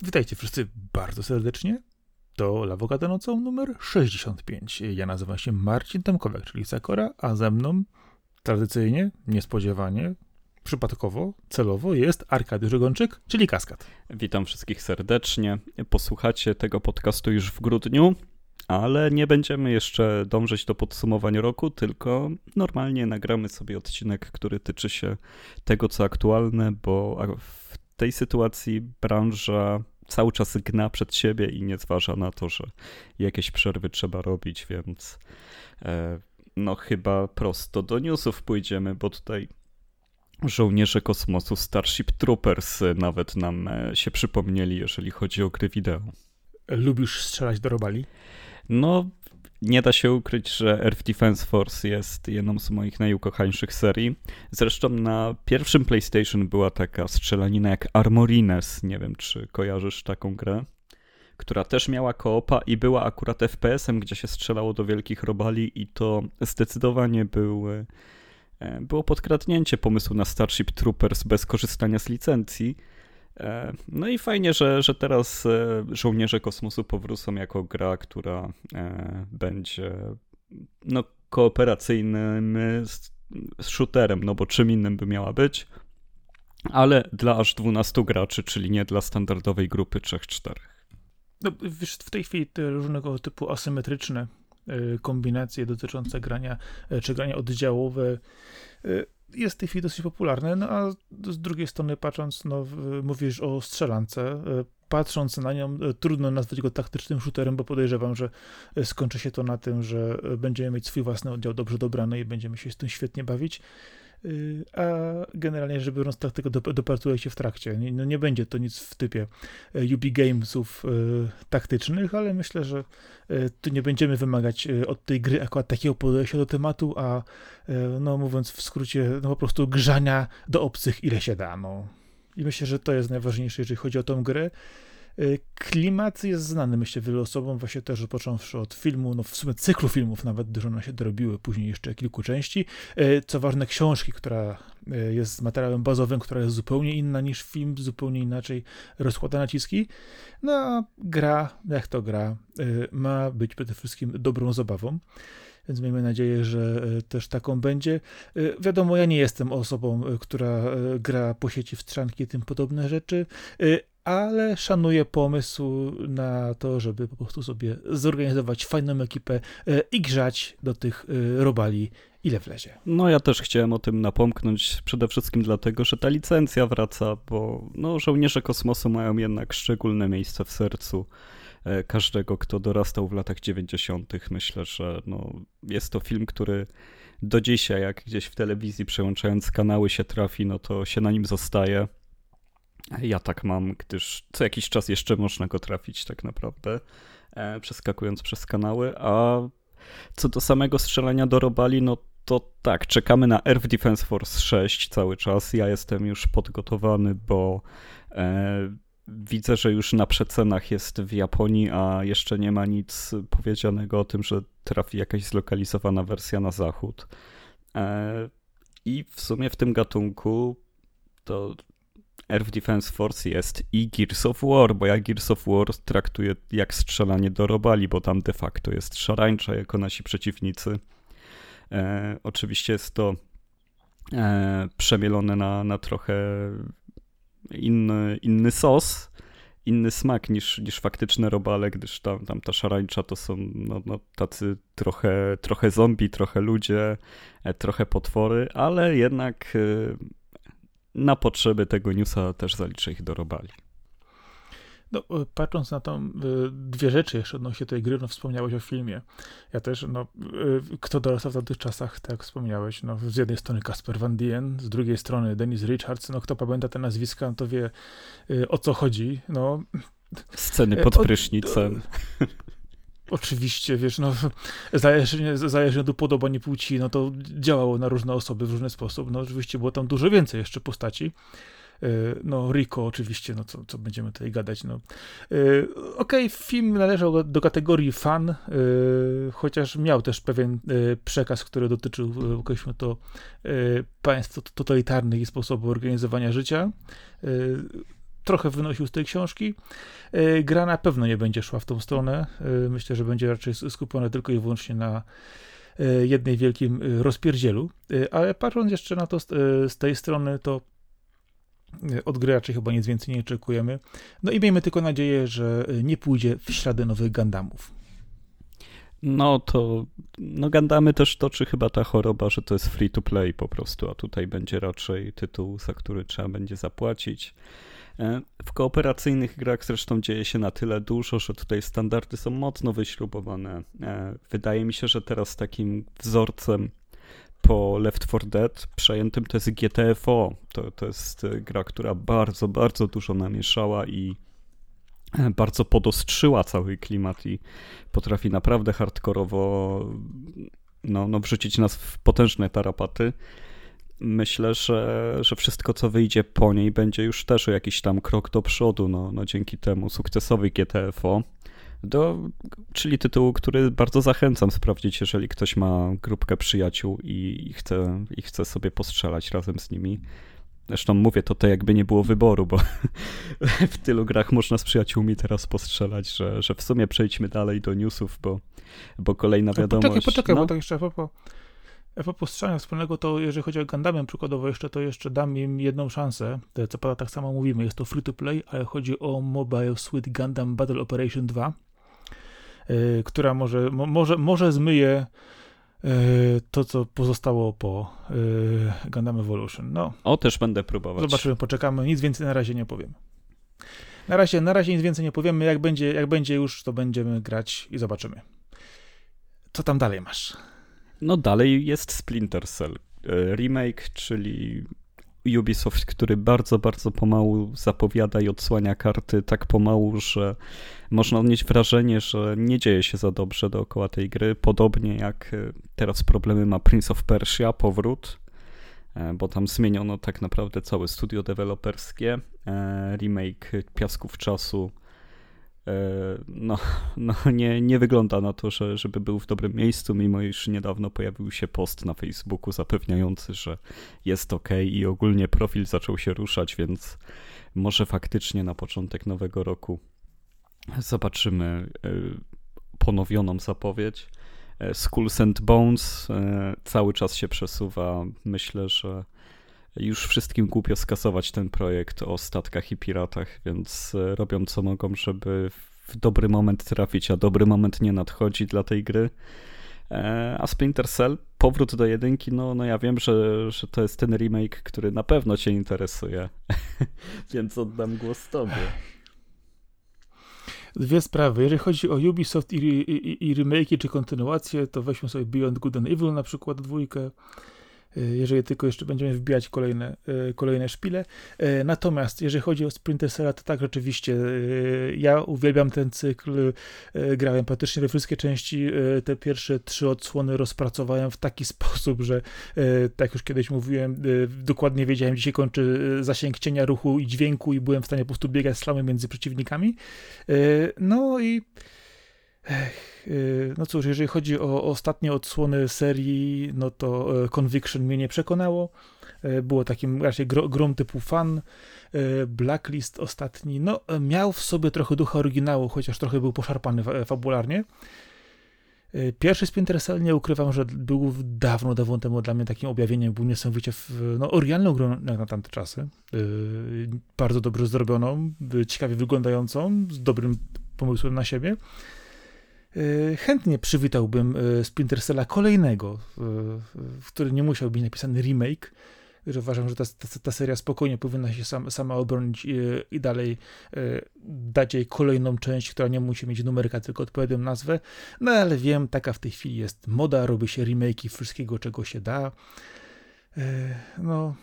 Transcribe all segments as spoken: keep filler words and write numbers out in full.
Witajcie wszyscy bardzo serdecznie. To Lawokado nocą numer sześćdziesiąt pięć. Ja nazywam się Marcin Tomkowiak, czyli Sakora, a ze mną tradycyjnie, niespodziewanie, przypadkowo, celowo jest Arkadiusz Ogończyk, czyli Kaskad. Witam wszystkich serdecznie. Posłuchacie tego podcastu już w grudniu, ale nie będziemy jeszcze dążyć do podsumowania roku, tylko normalnie nagramy sobie odcinek, który tyczy się tego, co aktualne, bo w tej sytuacji branża cały czas gna przed siebie i nie zważa na to, że jakieś przerwy trzeba robić, więc e, no chyba prosto do newsów pójdziemy, bo tutaj żołnierze kosmosu Starship Troopers nawet nam się przypomnieli, jeżeli chodzi o gry wideo. Lubisz strzelać do robali? No, nie da się ukryć, że Earth Defense Force jest jedną z moich najukochańszych serii. Zresztą na pierwszym PlayStation była taka strzelanina jak Armorines. Nie wiem, czy kojarzysz taką grę, która też miała koopa i była akurat F P S-em, gdzie się strzelało do wielkich robali i to zdecydowanie był, było podkradnięcie pomysłu na Starship Troopers bez korzystania z licencji. No i fajnie, że, że teraz Żołnierze Kosmosu powrócą jako gra, która będzie no, kooperacyjnym shooterem, no bo czym innym by miała być, ale dla aż dwunastu graczy, czyli nie dla standardowej grupy trzy cztery. No, wiesz, w tej chwili te różnego typu asymetryczne kombinacje dotyczące grania, czy grania oddziałowe jest w tej chwili dosyć popularne, no a z drugiej strony patrząc, no mówisz o strzelance, patrząc na nią trudno nazwać go taktycznym shooterem, bo podejrzewam, że skończy się to na tym, że będziemy mieć swój własny oddział dobrze dobrany i będziemy się z tym świetnie bawić, a generalnie rzecz biorąc taktyka dopracuje się w trakcie. Nie, no nie będzie to nic w typie U B Gamesów y, taktycznych, ale myślę, że y, tu nie będziemy wymagać y, od tej gry akurat takiego podejścia do tematu, a y, no mówiąc w skrócie, no po prostu grzania do obcych ile się da. No. I myślę, że to jest najważniejsze, jeżeli chodzi o tą grę. Klimat jest znany, myślę, wielu osobom, właśnie też począwszy od filmu, no w sumie cyklu filmów nawet, gdyż one się dorobiły, później jeszcze kilku części. Co ważne, książki, która jest materiałem bazowym, która jest zupełnie inna niż film, zupełnie inaczej rozkłada naciski. No a gra, jak to gra, ma być przede wszystkim dobrą zabawą. Więc miejmy nadzieję, że też taką będzie. Wiadomo, ja nie jestem osobą, która gra po sieci w strzanki i tym podobne rzeczy, ale szanuję pomysł na to, żeby po prostu sobie zorganizować fajną ekipę i grzać do tych robali ile wlezie. No ja też chciałem o tym napomknąć, przede wszystkim dlatego, że ta licencja wraca, bo no, Żołnierze Kosmosu mają jednak szczególne miejsce w sercu każdego, kto dorastał w latach dziewięćdziesiątych. Myślę, że no, jest to film, który do dzisiaj, jak gdzieś w telewizji przełączając kanały się trafi, no to się na nim zostaje. Ja tak mam, gdyż co jakiś czas jeszcze można go trafić tak naprawdę, e, przeskakując przez kanały, a co do samego strzelania do robali, no to tak, czekamy na Earth Defense Force sześć cały czas. Ja jestem już podgotowany, bo e, widzę, że już na przecenach jest w Japonii, a jeszcze nie ma nic powiedzianego o tym, że trafi jakaś zlokalizowana wersja na zachód. E, I w sumie w tym gatunku to Earth Defense Force jest i Gears of War, bo ja Gears of War traktuję jak strzelanie do robali, bo tam de facto jest szarańcza jako nasi przeciwnicy. E, oczywiście jest to e, przemielone na, na trochę inny, inny sos, inny smak niż, niż faktyczne robale, gdyż tam, tam ta szarańcza to są no, no, tacy trochę, trochę zombie, trochę ludzie, e, trochę potwory, ale jednak e, na potrzeby tego newsa też zaliczę ich do robali. No, patrząc na to, dwie rzeczy jeszcze odnośnie tej gry, no wspomniałeś o filmie. Ja też, no, kto dorastał w tamtych czasach, tak jak wspomniałeś, no z jednej strony Casper Van Dien, z drugiej strony Dennis Richards, no kto pamięta te nazwiska, to wie o co chodzi, no. Sceny pod prysznicem. Oczywiście, wiesz, no, zależnie, zależnie od upodobania płci, no to działało na różne osoby w różny sposób. No oczywiście było tam dużo więcej jeszcze postaci. No Rico oczywiście, no co, co będziemy tutaj gadać, no. Okej, okay, film należał do kategorii fan, chociaż miał też pewien przekaz, który dotyczył, określmy to, państw totalitarnych i sposobu organizowania życia. trochę wynosił z tej książki. Gra na pewno nie będzie szła w tą stronę. Myślę, że będzie raczej skupiona tylko i wyłącznie na jednej wielkim rozpierdzielu. Ale patrząc jeszcze na to z tej strony, to od gry raczej chyba nic więcej nie oczekujemy. No i miejmy tylko nadzieję, że nie pójdzie w ślady nowych Gundamów. No to, no Gundamy też toczy chyba ta choroba, że to jest free to play po prostu, a tutaj będzie raczej tytuł, za który trzeba będzie zapłacić. W kooperacyjnych grach zresztą dzieje się na tyle dużo, że tutaj standardy są mocno wyśrubowane. Wydaje mi się, że teraz takim wzorcem po Left four Dead przejętym to jest G T F O. To, to jest gra, która bardzo, bardzo dużo namieszała i bardzo podostrzyła cały klimat i potrafi naprawdę hardkorowo no, no wrzucić nas w potężne tarapaty. Myślę, że, że wszystko, co wyjdzie po niej, będzie już też o jakiś tam krok do przodu, no, no dzięki temu sukcesowi G T F O. Do, czyli tytułu, który bardzo zachęcam sprawdzić, jeżeli ktoś ma grupkę przyjaciół i, i, chce, i chce sobie postrzelać razem z nimi. Zresztą mówię to tak, jakby nie było wyboru, bo w tylu grach można z przyjaciółmi teraz postrzelać, że, że w sumie przejdźmy dalej do newsów, bo, bo kolejna wiadomość... Poczekaj, poczekaj, no. bo tak jeszcze a propos, a propos strzelania wspólnego, to jeżeli chodzi o Gundamy przykładowo jeszcze, to jeszcze dam im jedną szansę. Co prawda tak samo mówimy, jest to free to play, ale chodzi o Mobile Suit Gundam Battle Operation dwa, yy, która może, mo, może, może zmyje to, co pozostało po y, Gundam Evolution. No. O, też będę próbować. Zobaczymy, poczekamy. Nic więcej na razie nie powiem. Na razie, na razie nic więcej nie powiemy. Jak będzie, jak będzie już, to będziemy grać i zobaczymy. Co tam dalej masz? No dalej jest Splinter Cell. Remake, czyli Ubisoft, który bardzo, bardzo pomału zapowiada i odsłania karty tak pomału, że można odnieść wrażenie, że nie dzieje się za dobrze dookoła tej gry. Podobnie jak teraz problemy ma Prince of Persia, powrót, bo tam zmieniono tak naprawdę całe studio deweloperskie. Remake Piasków Czasu no, no nie, nie wygląda na to, że, żeby był w dobrym miejscu, mimo iż niedawno pojawił się post na Facebooku zapewniający, że jest ok i ogólnie profil zaczął się ruszać, więc może faktycznie na początek nowego roku zobaczymy ponowioną zapowiedź. Skulls and Bones cały czas się przesuwa. Myślę, że już wszystkim głupio skasować ten projekt o statkach i piratach, więc robią co mogą, żeby w dobry moment trafić, a dobry moment nie nadchodzi dla tej gry. A Splinter Cell, powrót do jedynki, no, no ja wiem, że, że to jest ten remake, który na pewno cię interesuje, więc oddam głos tobie. Dwie sprawy. Jeżeli chodzi o Ubisoft i, i, i remake'i czy kontynuacje, to weźmy sobie Beyond Good and Evil na przykład dwójkę. Jeżeli tylko jeszcze będziemy wbijać kolejne, kolejne szpile. Natomiast jeżeli chodzi o Splinter Cell, to tak rzeczywiście ja uwielbiam ten cykl, grałem praktycznie we wszystkie części, te pierwsze trzy odsłony rozpracowałem w taki sposób, że tak już kiedyś mówiłem, dokładnie wiedziałem, gdzie się kończy zasięg cienia, ruchu i dźwięku i byłem w stanie po prostu biegać slamy między przeciwnikami. No i Ech, no cóż, jeżeli chodzi o ostatnie odsłony serii, no to Conviction mnie nie przekonało. Było takim raczej grą typu fan. Blacklist ostatni, no miał w sobie trochę ducha oryginału, chociaż trochę był poszarpany fabularnie. Pierwszy Splinter Cell, nie ukrywam, że był dawno, dawno temu dla mnie takim objawieniem, był niesamowicie no, oryginalną grą jak na tamte czasy. Bardzo dobrze zrobioną, ciekawie wyglądającą, z dobrym pomysłem na siebie. Chętnie przywitałbym Splinter Cella kolejnego, w którym nie musiał być napisany remake, że uważam, że ta, ta, ta seria spokojnie powinna się sam, sama obronić i, i dalej dać jej kolejną część, która nie musi mieć numerka, tylko odpowiednią nazwę. No ale wiem, taka w tej chwili jest moda, robi się remake'i wszystkiego, czego się da. No,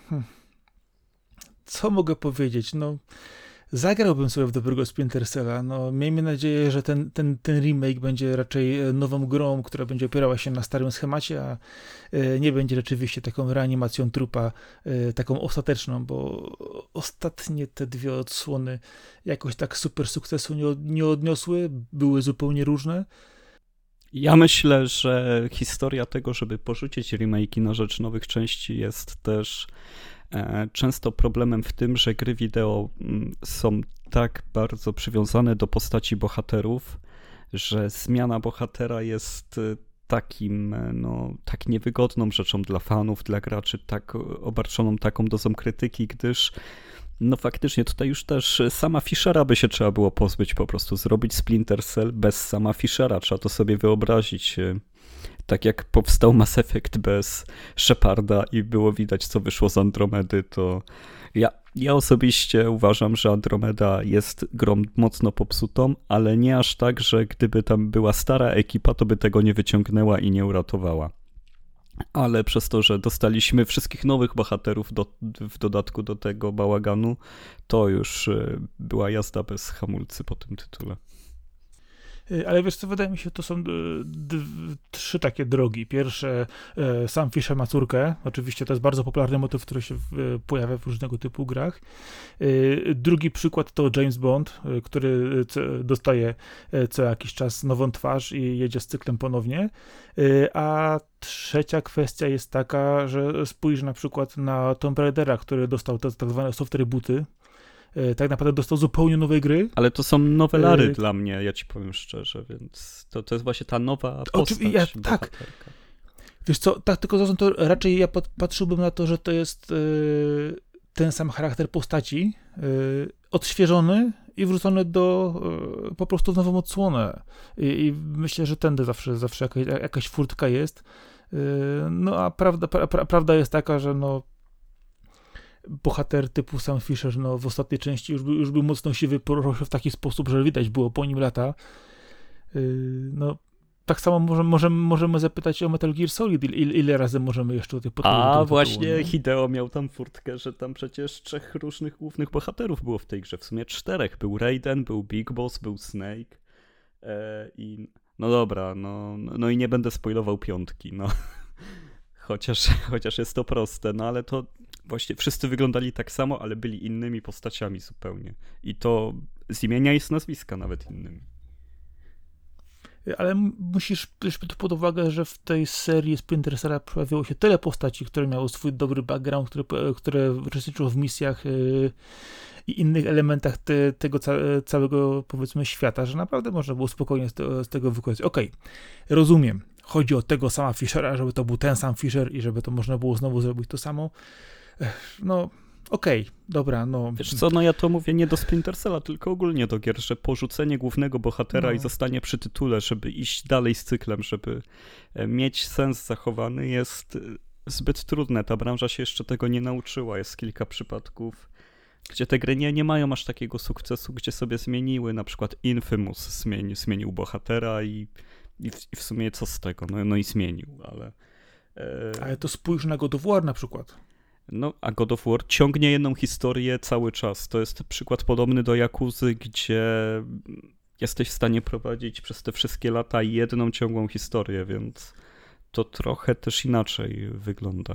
co mogę powiedzieć? No, zagrałbym sobie w dobrego Splinter Cella. No, miejmy nadzieję, że ten, ten, ten remake będzie raczej nową grą, która będzie opierała się na starym schemacie, a nie będzie rzeczywiście taką reanimacją trupa, taką ostateczną, bo ostatnie te dwie odsłony jakoś tak super sukcesu nie, nie odniosły, były zupełnie różne. Ja myślę, że historia tego, żeby porzucić remake'i na rzecz nowych części jest też Często problemem w tym, że gry wideo są tak bardzo przywiązane do postaci bohaterów, że zmiana bohatera jest takim, no, tak niewygodną rzeczą dla fanów, dla graczy, tak obarczoną taką dozą krytyki, gdyż no faktycznie tutaj już też sama Fischera by się trzeba było pozbyć, po prostu zrobić Splinter Cell bez sama Fischera, trzeba to sobie wyobrazić. Tak jak powstał Mass Effect bez Sheparda i było widać, co wyszło z Andromedy, to ja, ja osobiście uważam, że Andromeda jest grą mocno popsutą, ale nie aż tak, że gdyby tam była stara ekipa, to by tego nie wyciągnęła i nie uratowała. Ale przez to, że dostaliśmy wszystkich nowych bohaterów do, w dodatku do tego bałaganu, to już była jazda bez hamulcy po tym tytule. Ale wiesz co, wydaje mi się, to są d- d- trzy takie drogi. Pierwsze, e, sam Fischer ma córkę. Oczywiście to jest bardzo popularny motyw, który się w, pojawia w różnego typu grach. E, drugi przykład to James Bond, e, który c- dostaje e, co jakiś czas nową twarz i jedzie z cyklem ponownie. E, a trzecia kwestia jest taka, że spójrz na przykład na Tomb Raidera, który dostał te tak zwane soft rebooty. Tak naprawdę dostał zupełnie nowe gry. Ale to są nowelary yy, dla mnie, ja ci powiem szczerze, więc to, to jest właśnie ta nowa postać. Ja, tak. Wiesz co, tak, tylko zresztą to raczej ja patrzyłbym na to, że to jest yy, ten sam charakter postaci, yy, odświeżony i wrzucony do yy, po prostu w nową odsłonę. I, i myślę, że tędy zawsze, zawsze jakaś, jakaś furtka jest. Yy, no a prawda, pra, pra, prawda jest taka, że no bohater typu Sam Fisher, no w ostatniej części już, już był mocno siwy, poruszał się w taki sposób, że widać było po nim lata. Yy, no, tak samo możemy, możemy, możemy zapytać o Metal Gear Solid, ile, ile razy możemy jeszcze o tej podpowiedzi. A właśnie tytułu, Hideo miał tam furtkę, że tam przecież trzech różnych głównych bohaterów było w tej grze, w sumie czterech. Był Raiden, był Big Boss, był Snake e, i no dobra, no, no i nie będę spoilował piątki, no. Chociaż, chociaż jest to proste, no ale to właśnie wszyscy wyglądali tak samo, ale byli innymi postaciami zupełnie. I to z imienia i z nazwiska nawet innymi. Ale musisz brać pod uwagę, że w tej serii Splinter Cella pojawiło się tyle postaci, które miały swój dobry background, które, które uczestniczyły w misjach yy, i innych elementach te, tego ca całego, powiedzmy, świata, że naprawdę można było spokojnie z, te, z tego wykorzystać. Okej, okay, rozumiem. Chodzi o tego sama Fischera, żeby to był ten sam Fischer i żeby to można było znowu zrobić to samo. No, okej, okay, dobra, no. Wiesz co, no ja to mówię nie do Splinter Cella, tylko ogólnie do gier, że porzucenie głównego bohatera no. i zostanie przy tytule, żeby iść dalej z cyklem, żeby mieć sens zachowany, jest zbyt trudne. Ta branża się jeszcze tego nie nauczyła. Jest kilka przypadków, gdzie te gry nie, nie mają aż takiego sukcesu, gdzie sobie zmieniły, na przykład Infamous zmieni, zmienił bohatera i, i, w, i w sumie co z tego? No, no i zmienił, ale... E... Ale to spójrz na God of War na przykład. No, a God of War ciągnie jedną historię cały czas. To jest przykład podobny do Yakuzy, gdzie jesteś w stanie prowadzić przez te wszystkie lata jedną ciągłą historię, więc to trochę też inaczej wygląda.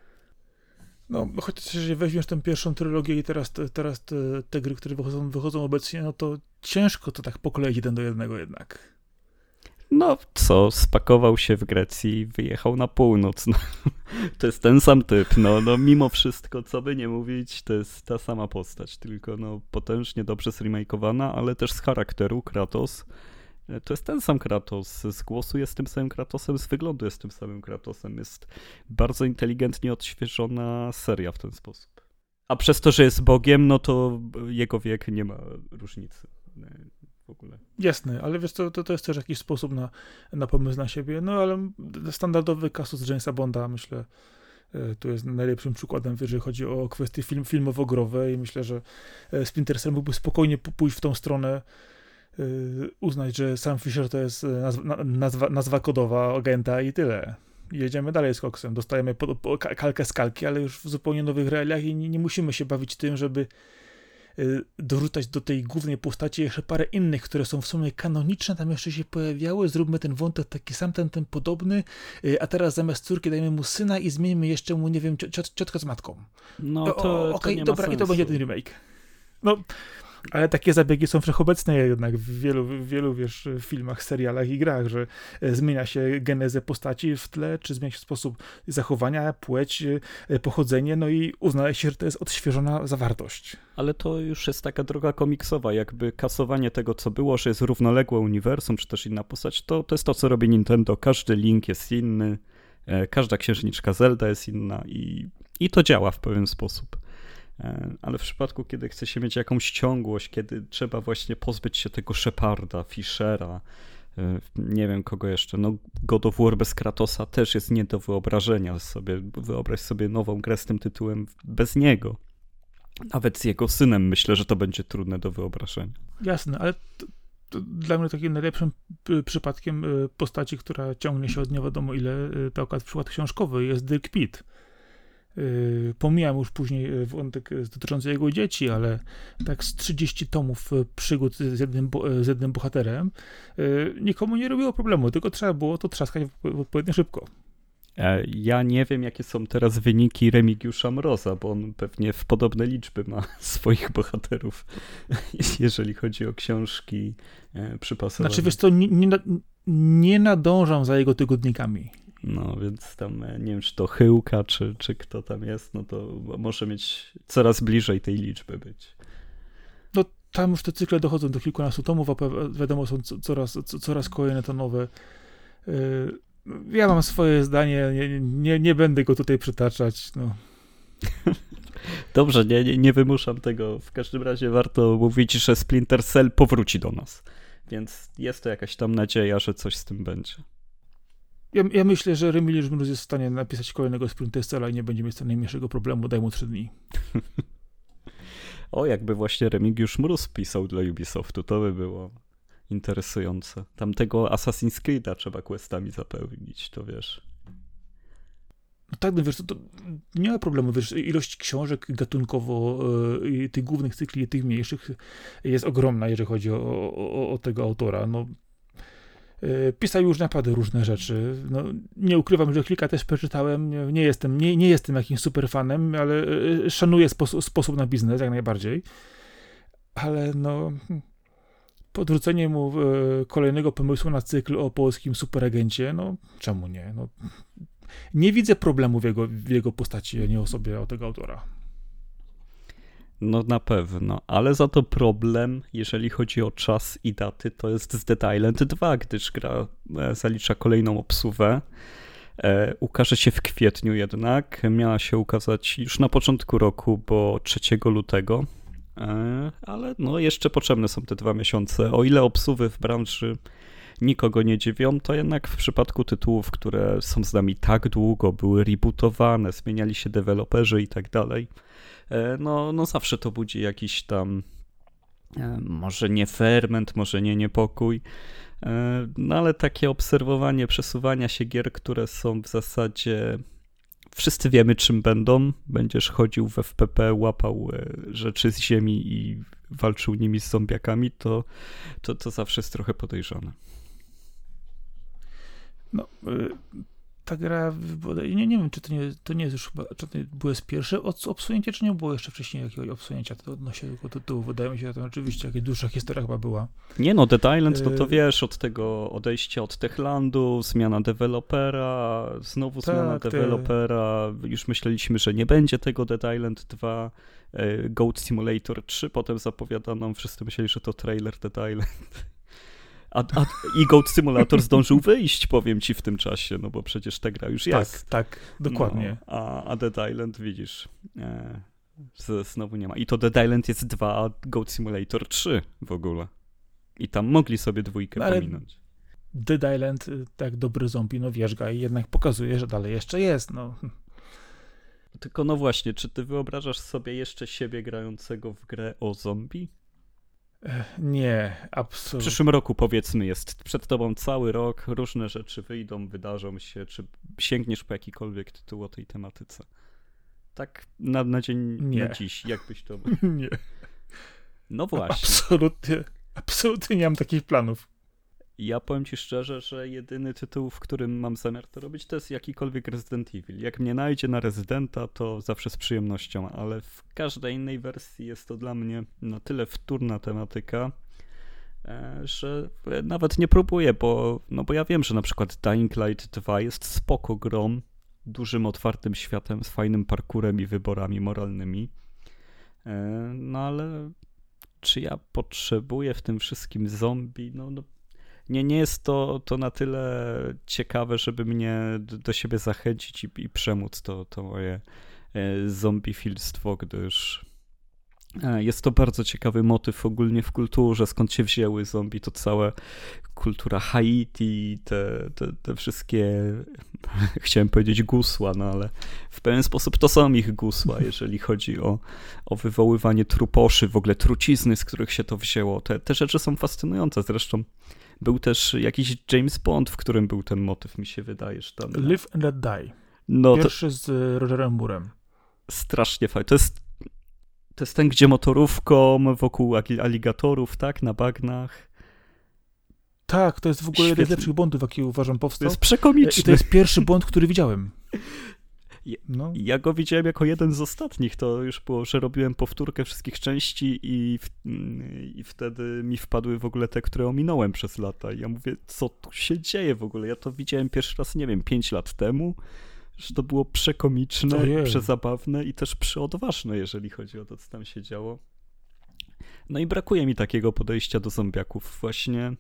No, chociaż jeżeli weźmiesz tę pierwszą trylogię i teraz, te, teraz te, te gry, które wychodzą, wychodzą obecnie, no to ciężko to tak pokleić jeden do jednego jednak. No co, spakował się w Grecji i wyjechał na północ. No, to jest ten sam typ, no, no mimo wszystko, co by nie mówić, to jest ta sama postać, tylko no potężnie dobrze zremakeowana, ale też z charakteru Kratos. To jest ten sam Kratos, z głosu jest tym samym Kratosem, z wyglądu jest tym samym Kratosem. Jest bardzo inteligentnie odświeżona seria w ten sposób. A przez to, że jest Bogiem, no to jego wiek nie ma różnicy. W ogóle. Jasne, ale wiesz co, to, to jest też jakiś sposób na, na pomysł na siebie, no ale standardowy kasus Jamesa Bonda, myślę, tu jest najlepszym przykładem, jeżeli chodzi o kwestie film, filmowo-growe i myślę, że Splinter Cell mógłby spokojnie pójść w tą stronę, uznać, że Sam Fisher to jest nazwa, nazwa, nazwa kodowa agenta i tyle. Jedziemy dalej z koksem, dostajemy po, po, kalkę z kalki, ale już w zupełnie nowych realiach i nie, nie musimy się bawić tym, żeby dorzucać do tej głównej postaci jeszcze parę innych, które są w sumie kanoniczne, tam jeszcze się pojawiały, zróbmy ten wątek taki sam, ten, ten podobny, a teraz zamiast córki dajmy mu syna i zmieńmy jeszcze mu, nie wiem, ciot, ciotkę z matką. No to, Okej, okay, dobra, sensu. I to będzie ten remake. No, Ale takie zabiegi są wszechobecne jednak w wielu, w wielu wiesz, filmach, serialach i grach, że zmienia się genezę postaci w tle, czy zmienia się sposób zachowania, płeć, pochodzenie, no i uznaje się, że to jest odświeżona zawartość. Ale to już jest taka droga komiksowa, jakby kasowanie tego, co było, że jest równoległe uniwersum, czy też inna postać, to, to jest to, co robi Nintendo. Każdy Link jest inny, każda księżniczka Zelda jest inna i, i to działa w pewien sposób. Ale w przypadku, kiedy chce się mieć jakąś ciągłość, kiedy trzeba właśnie pozbyć się tego Sheparda, Fishera, nie wiem kogo jeszcze, no God of War bez Kratosa też jest nie do wyobrażenia sobie. Wyobraź sobie nową grę z tym tytułem bez niego. Nawet z jego synem myślę, że to będzie trudne do wyobrażenia. Jasne, ale to, to dla mnie takim najlepszym przypadkiem postaci, która ciągnie się od nie wiadomo ile, to akurat przykład książkowy jest Dirk Pitt. Pomijam już później wątek dotyczący jego dzieci, ale tak z trzydziestu tomów przygód z jednym, z jednym bohaterem nikomu nie robiło problemu, tylko trzeba było to trzaskać odpowiednio szybko. Ja nie wiem, jakie są teraz wyniki Remigiusza Mroza, bo on pewnie w podobne liczby ma swoich bohaterów, jeżeli chodzi o książki przypasowane. Znaczy wiesz co, nie, nie, nie nadążam za jego tygodnikami. No, więc tam nie wiem, czy to Chyłka, czy, czy kto tam jest, no to może mieć coraz bliżej tej liczby być. No, tam już te cykle dochodzą do kilkunastu tomów, a wiadomo, są coraz, coraz kolejne to nowe. Ja mam swoje zdanie, nie, nie, nie będę go tutaj przytaczać, no. Dobrze, nie, nie, nie wymuszam tego. W każdym razie warto mówić, że Splinter Cell powróci do nas, więc jest to jakaś tam nadzieja, że coś z tym będzie. Ja, ja myślę, że Remigiusz Mróz jest w stanie napisać kolejnego Splinter Cella i nie będzie mieć najmniejszego problemu, daj mu trzy dni. O, jakby właśnie Remigiusz Mróz pisał dla Ubisoftu, to by było interesujące. Tamtego Assassin's Creed'a trzeba questami zapełnić, to wiesz. No tak, no wiesz, to, to nie ma problemu, wiesz, ilość książek gatunkowo i tych głównych cykli i tych mniejszych jest ogromna, jeżeli chodzi o, o, o tego autora, no. Pisał już naprawdę różne rzeczy. No, nie ukrywam, że kilka też przeczytałem. Nie jestem, nie, nie jestem jakimś super fanem, ale szanuję sposób, sposób na biznes jak najbardziej. Ale no, podrzucenie mu kolejnego pomysłu na cykl o polskim superagencie, no czemu nie? No, nie widzę problemu w jego, w jego postaci, a nie osobie o tego autora. No na pewno, ale za to problem, jeżeli chodzi o czas i daty, to jest z Dead Island dwa, gdyż gra zalicza kolejną obsuwę. E, ukaże się w kwietniu jednak, miała się ukazać już na początku roku, bo trzeciego lutego, e, ale no jeszcze potrzebne są te dwa miesiące. O ile obsuwy w branży nikogo nie dziwią, to jednak w przypadku tytułów, które są z nami tak długo, były rebootowane, zmieniali się deweloperzy i tak dalej, no, no zawsze to budzi jakiś tam, może nie ferment, może nie niepokój, no ale takie obserwowanie przesuwania się gier, które są w zasadzie, wszyscy wiemy czym będą, będziesz chodził w F P P, łapał rzeczy z ziemi i walczył nimi z zombiakami, to, to, to zawsze jest trochę podejrzane. No, ta gra, nie, nie wiem, czy to nie, to nie jest już chyba, czy to było jest pierwsze obsunięcie, czy nie było jeszcze wcześniej jakiegoś obsunięcia, to odnośnie tego tytułu, wydaje mi się, że to oczywiście jakaś dłuższa historia chyba była. Nie no, Dead Island, no to wiesz, od tego odejścia od Techlandu, zmiana dewelopera, znowu tak, zmiana dewelopera, te... już myśleliśmy, że nie będzie tego Dead Island dwa, Goat Simulator trzy, potem zapowiadano, wszyscy myśleli, że to trailer Dead Island. A, a i Goat Simulator zdążył wyjść, powiem ci, w tym czasie, no bo przecież ta gra już jest. Tak, tak, dokładnie. No, a, a Dead Island, widzisz, e, z, znowu nie ma. I to Dead Island jest dwa, a Goat Simulator trzy w ogóle. I tam mogli sobie dwójkę no, pominąć. Dead Island, tak dobry zombie, no wierzga i jednak pokazuje, że dalej jeszcze jest, no. Tylko no właśnie, czy ty wyobrażasz sobie jeszcze siebie grającego w grę o zombie? Nie, absolutnie. W przyszłym roku, powiedzmy, jest przed tobą cały rok, różne rzeczy wyjdą, wydarzą się, czy sięgniesz po jakikolwiek tytuł o tej tematyce? Tak na, na dzień, nie. na dziś, jakbyś to... Nie. No właśnie. Absolutnie, absolutnie nie mam takich planów. Ja powiem ci szczerze, że jedyny tytuł, w którym mam zamiar to robić, to jest jakikolwiek Resident Evil. Jak mnie najdzie na Residenta, to zawsze z przyjemnością, ale w każdej innej wersji jest to dla mnie na tyle wtórna tematyka, że nawet nie próbuję, bo, no bo ja wiem, że na przykład Dying Light dwa jest spoko grą, dużym, otwartym światem, z fajnym parkurem i wyborami moralnymi. No ale czy ja potrzebuję w tym wszystkim zombie? No, no nie, nie jest to, to na tyle ciekawe, żeby mnie do, do siebie zachęcić i, i przemóc to, to moje zombiefilstwo, gdyż jest to bardzo ciekawy motyw ogólnie w kulturze, skąd się wzięły zombie, to cała kultura Haiti, te, te, te wszystkie, chciałem powiedzieć gusła, no ale w pewien sposób to są ich gusła, jeżeli chodzi o, o wywoływanie truposzy, w ogóle trucizny, z których się to wzięło. Te, te rzeczy są fascynujące, zresztą był też jakiś James Bond, w którym był ten motyw, mi się wydaje, że tam... Live and Let Die. No, Pierwszy to... z Rogerem Moorem. Strasznie fajnie. To jest To jest ten, gdzie motorówką wokół aligatorów, tak? Na bagnach. Tak, to jest w ogóle jeden z lepszych Bondów, jaki uważam powstał. To jest przekomiczny. I to jest pierwszy Bond, który widziałem. No. Ja go widziałem jako jeden z ostatnich. To już było, że robiłem powtórkę wszystkich części i, w, i wtedy mi wpadły w ogóle te, które ominąłem przez lata. I ja mówię, co tu się dzieje w ogóle? Ja to widziałem pierwszy raz, nie wiem, pięć lat temu. Że to było przekomiczne, Ojej. przezabawne i też przeodważne, jeżeli chodzi o to, co tam się działo. No i brakuje mi takiego podejścia do zombiaków właśnie,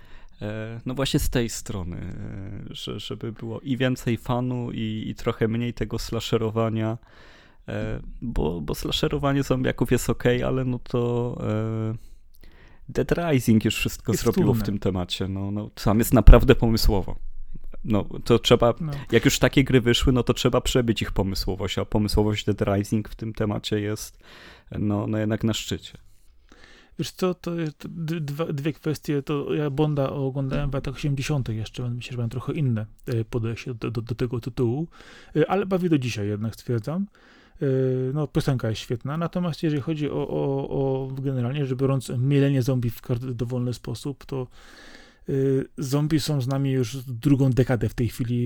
e, no właśnie z tej strony, e, że, żeby było i więcej fanu i, i trochę mniej tego slasherowania, e, bo, bo slasherowanie zombiaków jest okej, ale no to e, Dead Rising już wszystko jest zrobiło trudne. w tym temacie. No, no, tam jest naprawdę pomysłowo. No, to trzeba, no. jak już takie gry wyszły, no to trzeba przebyć ich pomysłowość, a pomysłowość Dead Rising w tym temacie jest no, no jednak na szczycie. Wiesz co, to jest dwa, dwie kwestie, to ja Bonda oglądałem w latach osiemdziesiątych jeszcze, myślę, że miałem trochę inne podejście do, do, do tego tytułu, ale bawi do dzisiaj jednak, stwierdzam. No, piosenka jest świetna, natomiast jeżeli chodzi o, o, o generalnie rzecz biorąc, mielenie zombie w każdy dowolny sposób, to zombie są z nami już drugą dekadę w tej chwili,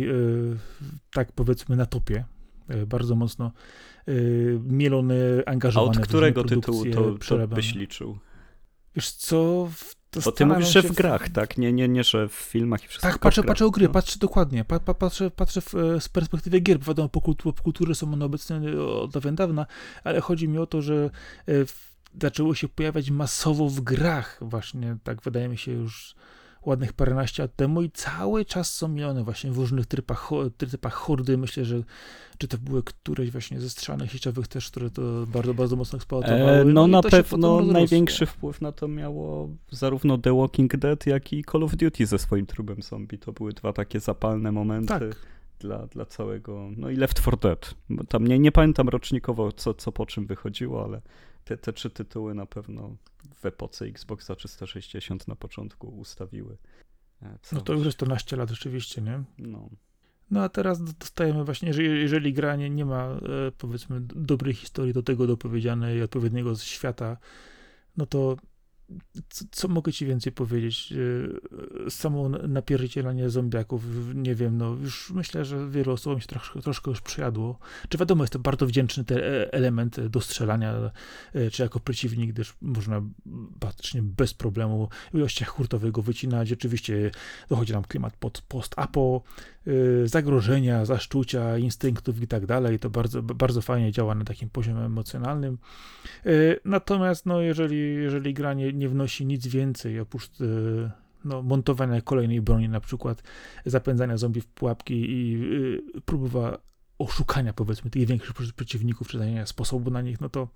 tak powiedzmy na topie, bardzo mocno mielone, angażowane. A od którego tytułu to, to byś liczył? Wiesz co? To Bo ty mówisz, że w się... grach, tak? Nie, nie, nie, że w filmach i wszystko. Tak, patrzę, grach, patrzę o gry, no. patrzę dokładnie, pa, pa, patrzę, patrzę w, z perspektywy gier, wiadomo, po kulturze są one obecne od dawien dawna, ale chodzi mi o to, że w, zaczęło się pojawiać masowo w grach właśnie, tak wydaje mi się już ładnych paręnaście lat temu i cały czas są mielone właśnie w różnych typach, typach hordy. Myślę, że czy to były któreś właśnie ze strzelnych sieciowych też, które to bardzo, bardzo mocno eksploatowały. E, no, no na pewno największy wpływ na to miało zarówno The Walking Dead, jak i Call of Duty ze swoim trybem zombie. To były dwa takie zapalne momenty tak. dla, dla całego, no i Left four Dead. Tam nie, nie pamiętam rocznikowo, co, co po czym wychodziło, ale te, te trzy tytuły na pewno w epoce Xboxa trzysta sześćdziesiąt na początku ustawiły. No to już jest czternaście lat rzeczywiście, nie? No. No a teraz dostajemy właśnie, jeżeli, jeżeli gra nie, nie ma e, powiedzmy dobrej historii do tego dopowiedzianej, odpowiedniego świata, no to co, co mogę ci więcej powiedzieć? E, samo napierdzielanie zombiaków, nie wiem, no już myślę, że wielu osobom się troszkę, troszkę już przejadło. Czy wiadomo, jest to bardzo wdzięczny te element do strzelania, e, czy jako przeciwnik, gdyż można praktycznie bez problemu w ilościach hurtowych wycinać. Oczywiście dochodzi nam klimat pod post-apo, zagrożenia, zaszczucia, instynktów i tak dalej. To bardzo, bardzo fajnie działa na takim poziomie emocjonalnym. Natomiast no, jeżeli, jeżeli gra nie, nie wnosi nic więcej oprócz no, montowania kolejnej broni, na przykład zapędzania zombie w pułapki i próba oszukania powiedzmy tych większych przeciwników, czy dania sposobu na nich, no to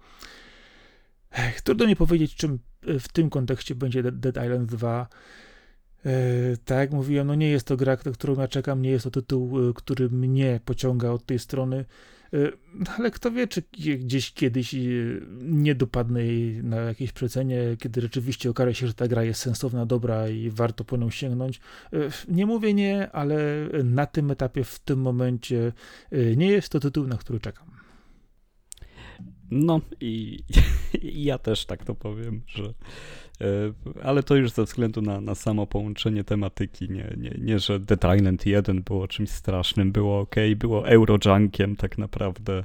ech, trudno mi powiedzieć, czym w tym kontekście będzie Dead Island dwa. Yy, tak jak mówiłem, no nie jest to gra, na którą ja czekam, nie jest to tytuł, yy, który mnie pociąga od tej strony, yy, ale kto wie, czy gdzieś kiedyś yy, nie dopadnę jej na jakieś przecenie, kiedy rzeczywiście okaże się, że ta gra jest sensowna, dobra i warto po nią sięgnąć. Yy, nie mówię nie, ale na tym etapie, w tym momencie yy, nie jest to tytuł, na który czekam. No i, i ja też tak to powiem, że ale to już ze względu na, na samo połączenie tematyki, nie, nie, nie, że Dead Island jeden było czymś strasznym, było ok, było Eurojunkiem tak naprawdę,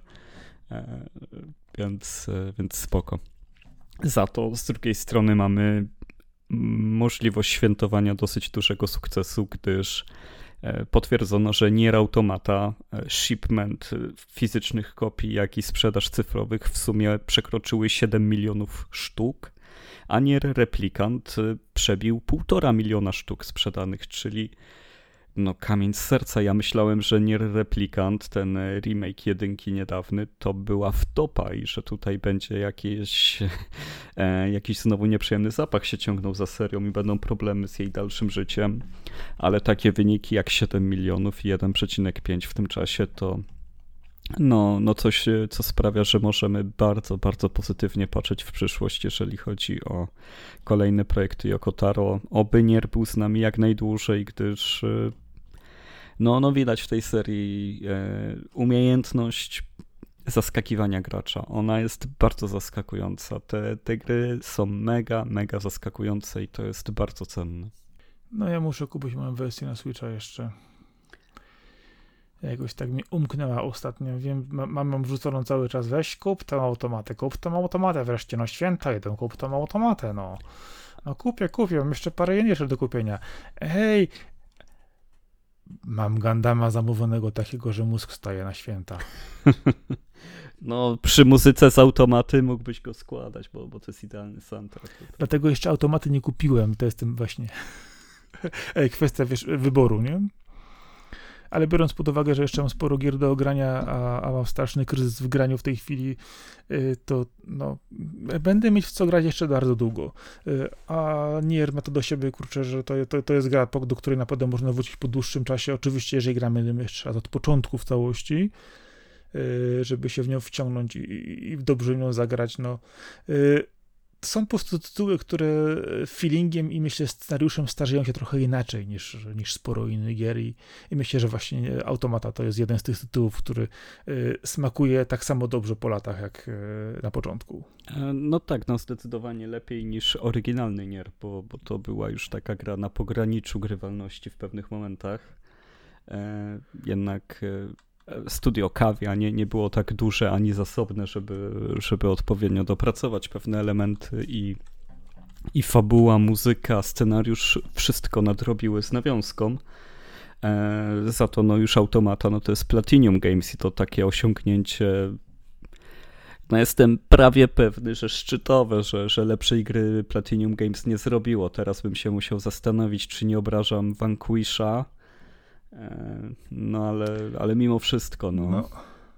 więc, więc spoko. Za to z drugiej strony mamy możliwość świętowania dosyć dużego sukcesu, gdyż potwierdzono, że Nier Automata, shipment fizycznych kopii, jak i sprzedaż cyfrowych w sumie przekroczyły siedem milionów sztuk, a Nier Replicant przebił półtora miliona sztuk sprzedanych, czyli no kamień z serca. Ja myślałem, że Nier Replicant, ten remake jedynki niedawny, to była wtopa i że tutaj będzie jakieś, e, jakiś znowu nieprzyjemny zapach się ciągnął za serią i będą problemy z jej dalszym życiem, ale takie wyniki jak siedem milionów i jeden przecinek pięć w tym czasie to no, no coś, co sprawia, że możemy bardzo, bardzo pozytywnie patrzeć w przyszłość, jeżeli chodzi o kolejne projekty Yoko Taro. Oby Nier był z nami jak najdłużej, gdyż no, no widać w tej serii e, umiejętność zaskakiwania gracza. Ona jest bardzo zaskakująca. Te, te gry są mega, mega zaskakujące i to jest bardzo cenne. No ja muszę kupić moją wersję na Switcha jeszcze. Jakoś tak mi umknęła ostatnio. Wiem, mam ją wrzuconą cały czas. Weź, kup tą automatę, kup tą automatę wreszcie. No święta jeden, kup tą automatę, no. No kupię, kupię. Mam jeszcze parę jen jeszcze do kupienia. Hej! Mam Gundama zamówionego takiego, że mózg staje na święta. No, przy muzyce z automaty mógłbyś go składać, bo, bo to jest idealny soundtrack. Dlatego jeszcze automaty nie kupiłem. To jest tym właśnie kwestia, wiesz, wyboru, nie? Ale biorąc pod uwagę, że jeszcze mam sporo gier do ogrania, a, a mam straszny kryzys w graniu w tej chwili, y, to no, będę mieć w co grać jeszcze bardzo długo. Y, a Nier ma to do siebie, kurczę, że to, to, to jest gra, do której naprawdę można wrócić po dłuższym czasie. Oczywiście, jeżeli gramy jeszcze raz od początku w całości, y, żeby się w nią wciągnąć i, i dobrze w nią zagrać, no. Y, Są po prostu tytuły, które feelingiem i myślę scenariuszem starzeją się trochę inaczej niż, niż sporo innych gier i, i myślę, że właśnie Automata to jest jeden z tych tytułów, który y, smakuje tak samo dobrze po latach jak y, na początku. No tak, no zdecydowanie lepiej niż oryginalny Nier, bo, bo to była już taka gra na pograniczu grywalności w pewnych momentach. E, jednak e, Studio Kavia nie, nie było tak duże ani zasobne, żeby, żeby odpowiednio dopracować pewne elementy i, i fabuła, muzyka, scenariusz, wszystko nadrobiły z nawiązką. E, za to no już Automata, no to jest Platinum Games i to takie osiągnięcie, no jestem prawie pewny, że szczytowe, że, że lepszej gry Platinum Games nie zrobiło. Teraz bym się musiał zastanowić, czy nie obrażam Vanquisha. No ale, ale mimo wszystko, no. no.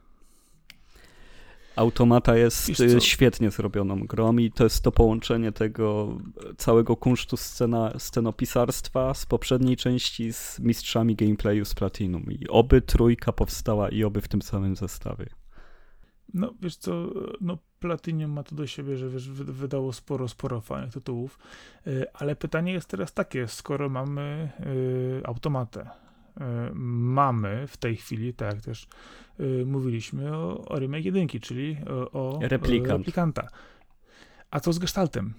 Automata jest świetnie zrobioną grą i to jest to połączenie tego całego kunsztu scena, scenopisarstwa z poprzedniej części z mistrzami gameplayu z Platinum. I oby trójka powstała i oby w tym samym zestawie. No wiesz co, no Platinum ma to do siebie, że wiesz, wydało sporo, sporo fajnych tytułów, ale pytanie jest teraz takie, skoro mamy y, Automatę, mamy w tej chwili, tak jak też y, mówiliśmy o, o remake jedynki, czyli o, o Replikant. Replikanta. A co z Gestaltem?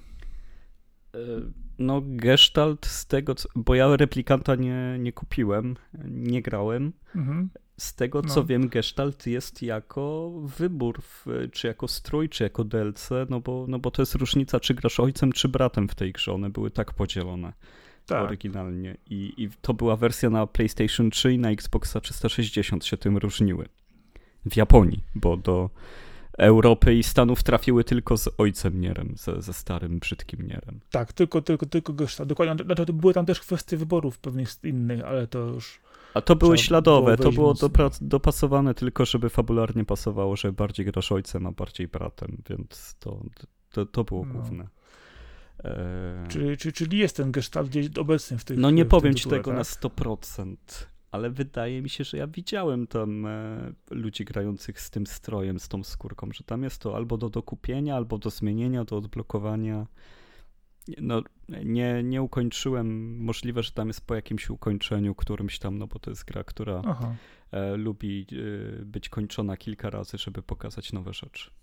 No Gestalt z tego, co, bo ja Replikanta nie, nie kupiłem, nie grałem. Mhm. Z tego, co no. wiem, Gestalt jest jako wybór, w, czy jako strój, czy jako D L C, no bo, no bo to jest różnica, czy grasz ojcem, czy bratem w tej grze. One były tak podzielone. Tak. Oryginalnie. I, I to była wersja na PlayStation trzy i na Xboxa trzysta sześćdziesiąt się tym różniły. W Japonii, bo do Europy i Stanów trafiły tylko z ojcem Nierem, ze, ze starym, brzydkim Nierem. Tak, tylko, tylko, tylko Gestalt. Dokładnie. Znaczy, były tam też kwestie wyborów pewnych innych, ale to już... A to były śladowe, było to było dopra- dopasowane tylko, żeby fabularnie pasowało, że bardziej grasz ojcem, a bardziej bratem, więc to, to, to było no. główne. Czy, czy, czyli jest ten Gestalt gdzieś obecny w tych... No nie w powiem ci tytule, tego tak? na sto procent, ale wydaje mi się, że ja widziałem tam e, ludzi grających z tym strojem, z tą skórką, że tam jest to albo do dokupienia, albo do zmienienia, do odblokowania. No nie, nie ukończyłem, możliwe, że tam jest po jakimś ukończeniu którymś tam, no bo to jest gra, która e, lubi e, być kończona kilka razy, żeby pokazać nowe rzeczy.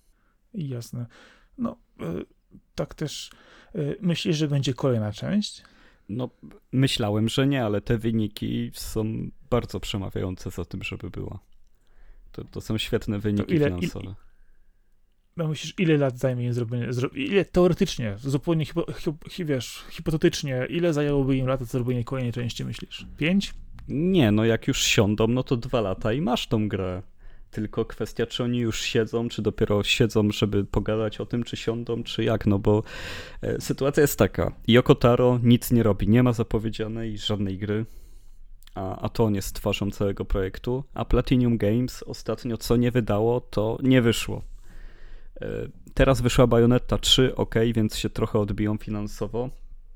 Jasne. No, y, tak też y, myślisz, że będzie kolejna część? No, myślałem, że nie, ale te wyniki są bardzo przemawiające za tym, żeby była. To, to są świetne wyniki ile, finansowe. ile, no myślisz, ile lat zajmie im zrobienie, zro, ile teoretycznie, zupełnie hipo, hi, wiesz, hipotetycznie, ile zajęłoby im lata zrobienie kolejnej części, myślisz? Pięć? Nie, no jak już siądą, no to dwa lata i masz tą grę. Tylko kwestia, czy oni już siedzą, czy dopiero siedzą, żeby pogadać o tym, czy siądą, czy jak, no bo e, sytuacja jest taka. Yoko Taro nic nie robi, nie ma zapowiedzianej żadnej gry, a, a to on jest twarzą całego projektu, a Platinum Games ostatnio co nie wydało, to nie wyszło. E, teraz wyszła Bayonetta trzy, ok, więc się trochę odbiją finansowo.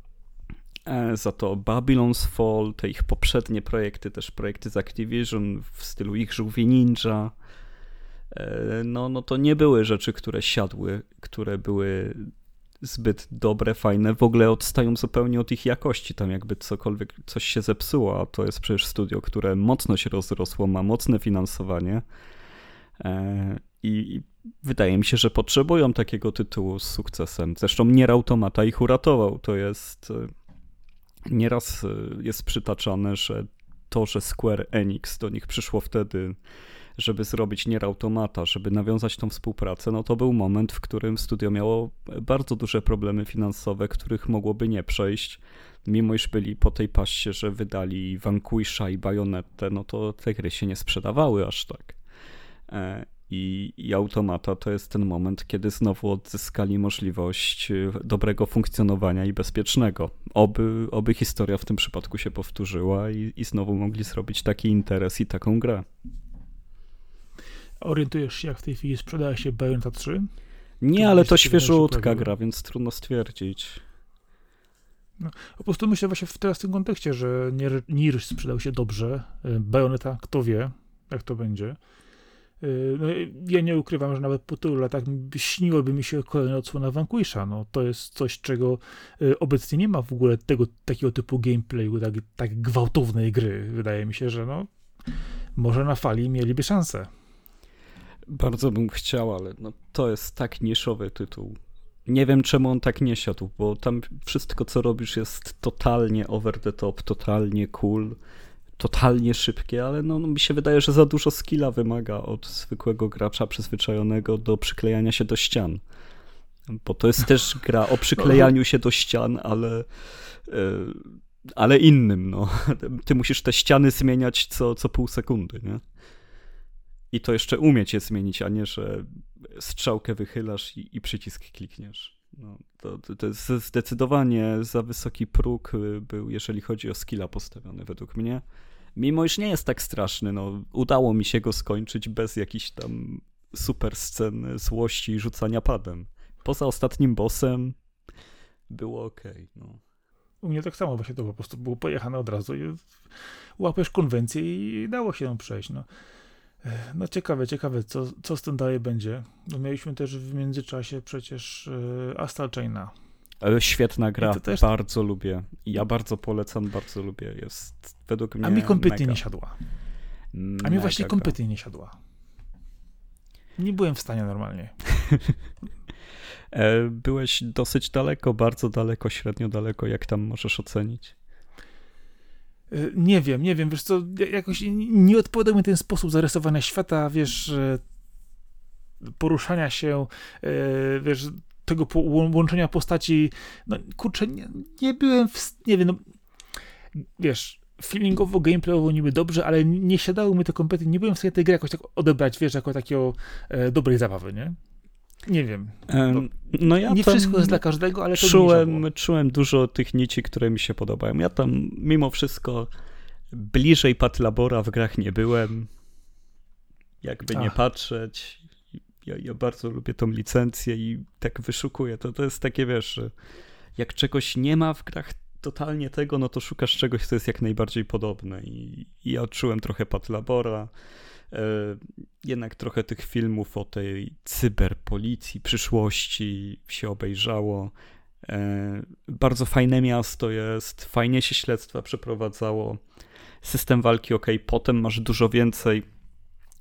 E, za to Babylon's Fall, te ich poprzednie projekty, też projekty z Activision w stylu ich żółwi ninja, e, no, no to nie były rzeczy, które siadły, które były zbyt dobre, fajne, w ogóle odstają zupełnie od ich jakości, tam jakby cokolwiek, coś się zepsuło, a to jest przecież studio, które mocno się rozrosło, ma mocne finansowanie e, i wydaje mi się, że potrzebują takiego tytułu z sukcesem. Zresztą Nier Automata ich uratował, to jest... Nieraz jest przytaczane, że to, że Square Enix do nich przyszło wtedy, żeby zrobić Nier Automata, żeby nawiązać tą współpracę, no to był moment, w którym studio miało bardzo duże problemy finansowe, których mogłoby nie przejść. Mimo iż byli po tej paście, że wydali Vanquisha i Bayonettę, no to te gry się nie sprzedawały aż tak. I, I Automata to jest ten moment, kiedy znowu odzyskali możliwość dobrego funkcjonowania i bezpiecznego. Oby, oby historia w tym przypadku się powtórzyła i, i znowu mogli zrobić taki interes i taką grę. Orientujesz się, jak w tej chwili sprzedaje się Bayonetta trzy? Nie, ale to świeżutka gra, więc trudno stwierdzić. No, po prostu myślę właśnie w, teraz w tym kontekście, że Nier, Nier sprzedał się dobrze, Bayonetta, kto wie, jak to będzie. No, ja nie ukrywam, że nawet po tylu latach śniłoby mi się kolejna odsłona Vanquisha. No, to jest coś, czego obecnie nie ma w ogóle tego takiego typu gameplayu, tak, tak gwałtownej gry. Wydaje mi się, że no, może na fali mieliby szansę. Bardzo bym chciał, ale no, to jest tak niszowy tytuł. Nie wiem, czemu on tak nie siadł, bo tam wszystko, co robisz, jest totalnie over the top, totalnie cool, totalnie szybkie, ale no, no mi się wydaje, że za dużo skilla wymaga od zwykłego gracza przyzwyczajonego do przyklejania się do ścian. Bo to jest też gra o przyklejaniu się do ścian, ale, ale innym. No. Ty musisz te ściany zmieniać co, co pół sekundy, nie? I to jeszcze umieć je zmienić, a nie, że strzałkę wychylasz i, i przycisk klikniesz. No, to, to, to jest zdecydowanie za wysoki próg był, jeżeli chodzi o skilla postawiony według mnie. Mimo iż nie jest tak straszny, no, udało mi się go skończyć bez jakichś tam super scen złości i rzucania padem. Poza ostatnim bossem było okej. Okay, no. U mnie tak samo właśnie to po prostu było pojechane od razu i łapiesz konwencję i dało się ją przejść. No, no ciekawe, ciekawe, co, co z tym dalej będzie. No, mieliśmy też w międzyczasie przecież yy, Astral Chaina. Świetna gra, też... bardzo lubię. Ja bardzo polecam, bardzo lubię. Jest według mnie A mi kompletnie mega. nie siadła. A mi właśnie gra. kompletnie nie siadła. Nie byłem w stanie normalnie. Byłeś dosyć daleko, bardzo daleko, średnio daleko. Jak tam możesz ocenić? Nie wiem, nie wiem, wiesz co, jakoś nie odpowiadał mi ten sposób zarysowania świata, wiesz, poruszania się, wiesz, tego łączenia postaci, no kurczę, nie, nie byłem w, nie wiem, no, wiesz, feelingowo, gameplayowo niby dobrze, ale nie siadało mi to kompletnie, nie byłem w stanie tej gry jakoś tak odebrać, wiesz, jako takiego e, dobrej zabawy, nie? Nie wiem. No, no ja nie wszystko jest dla każdego, ale to czułem, nie czułem dużo tych nici, które mi się podobają. Ja tam mimo wszystko bliżej Patlabora w grach nie byłem. Jakby Ach. nie patrzeć. Ja, ja bardzo lubię tą licencję i tak wyszukuję. To, to jest takie, wiesz, że jak czegoś nie ma w grach totalnie tego, no to szukasz czegoś, co jest jak najbardziej podobne. I, i ja odczułem trochę Patlabora. Jednak trochę tych filmów o tej cyberpolicji, przyszłości się obejrzało. Bardzo fajne miasto jest, fajnie się śledztwa przeprowadzało. System walki ok, potem masz dużo więcej